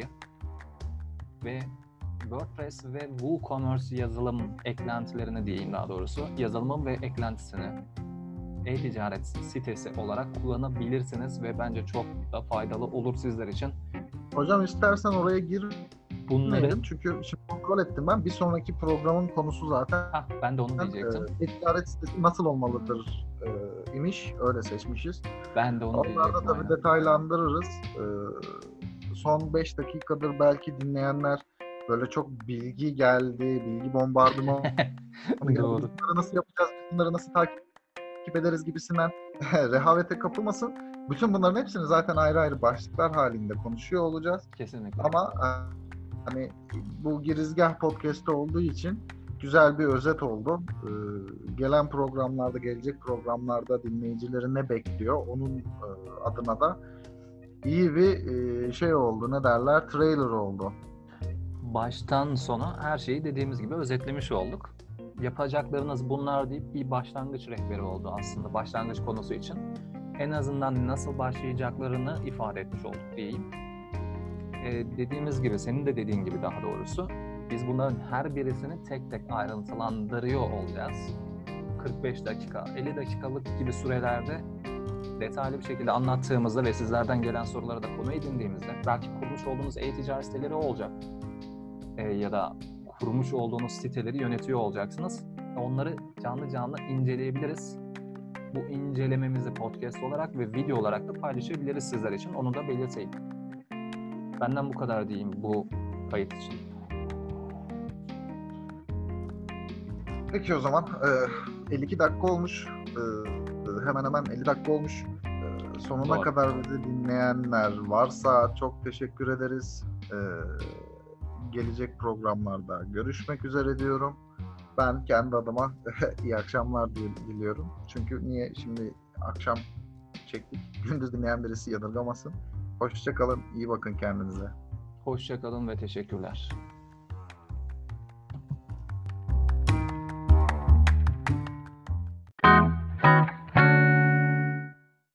ve WordPress ve WooCommerce yazılım eklentilerini diyeyim daha doğrusu. Yazılımın ve eklentisini e-ticaret sitesi olarak kullanabilirsiniz ve bence çok da faydalı olur sizler için. Hocam istersen oraya gir. Bunları... Çünkü şimdi kontrol ettim ben. Bir sonraki programın konusu zaten. Hah, ben de onu diyecektim. E-ticaret sitesi nasıl olmalıdır e, imiş. Öyle seçmişiz. Ben de onu Onlarda diyecektim. Onlarda tabii aynen detaylandırırız. E, son beş dakikadır belki dinleyenler böyle çok bilgi geldi, bilgi bombardımanı. Doğru. Bunları nasıl yapacağız, bunları nasıl takip ederiz gibisinden rehavete kapılmasın. Bütün bunların hepsini zaten ayrı ayrı başlıklar halinde konuşuyor olacağız. Kesinlikle. Ama hani bu girizgah podcast'ı olduğu için güzel bir özet oldu. Ee, gelen programlarda, gelecek programlarda dinleyicileri ne bekliyor onun e, adına da iyi bir e, şey oldu. Ne derler? Trailer oldu. Baştan sona her şeyi dediğimiz gibi özetlemiş olduk. Yapacaklarınız bunlar deyip bir başlangıç rehberi oldu aslında başlangıç konusu için. En azından nasıl başlayacaklarını ifade etmiş olduk diyeyim. Ee, dediğimiz gibi, senin de dediğin gibi daha doğrusu Biz bunların her birisini tek tek ayrıntılandırıyor olacağız. kırk beş dakika, elli dakikalık gibi sürelerde detaylı bir şekilde anlattığımızda ve sizlerden gelen soruları da konu edindiğimizde belki kurmuş olduğunuz e-ticaret siteleri olacak e, ya da kurmuş olduğunuz siteleri yönetiyor olacaksınız. Onları canlı canlı inceleyebiliriz. Bu incelememizi podcast olarak ve video olarak da paylaşabiliriz sizler için. Onu da belirteyim. Benden bu kadar diyeyim bu kayıt için. Peki o zaman elli iki dakika olmuş. Hemen hemen elli dakika olmuş. Sonuna Doğru. kadar bizi dinleyenler varsa çok teşekkür ederiz. Gelecek programlarda görüşmek üzere diyorum. Ben kendi adıma iyi akşamlar diliyorum. Çünkü niye şimdi akşam çektik, gündüz dinleyen birisi yadırgamasın. Hoşça kalın, iyi bakın kendinize. Hoşça kalın ve teşekkürler.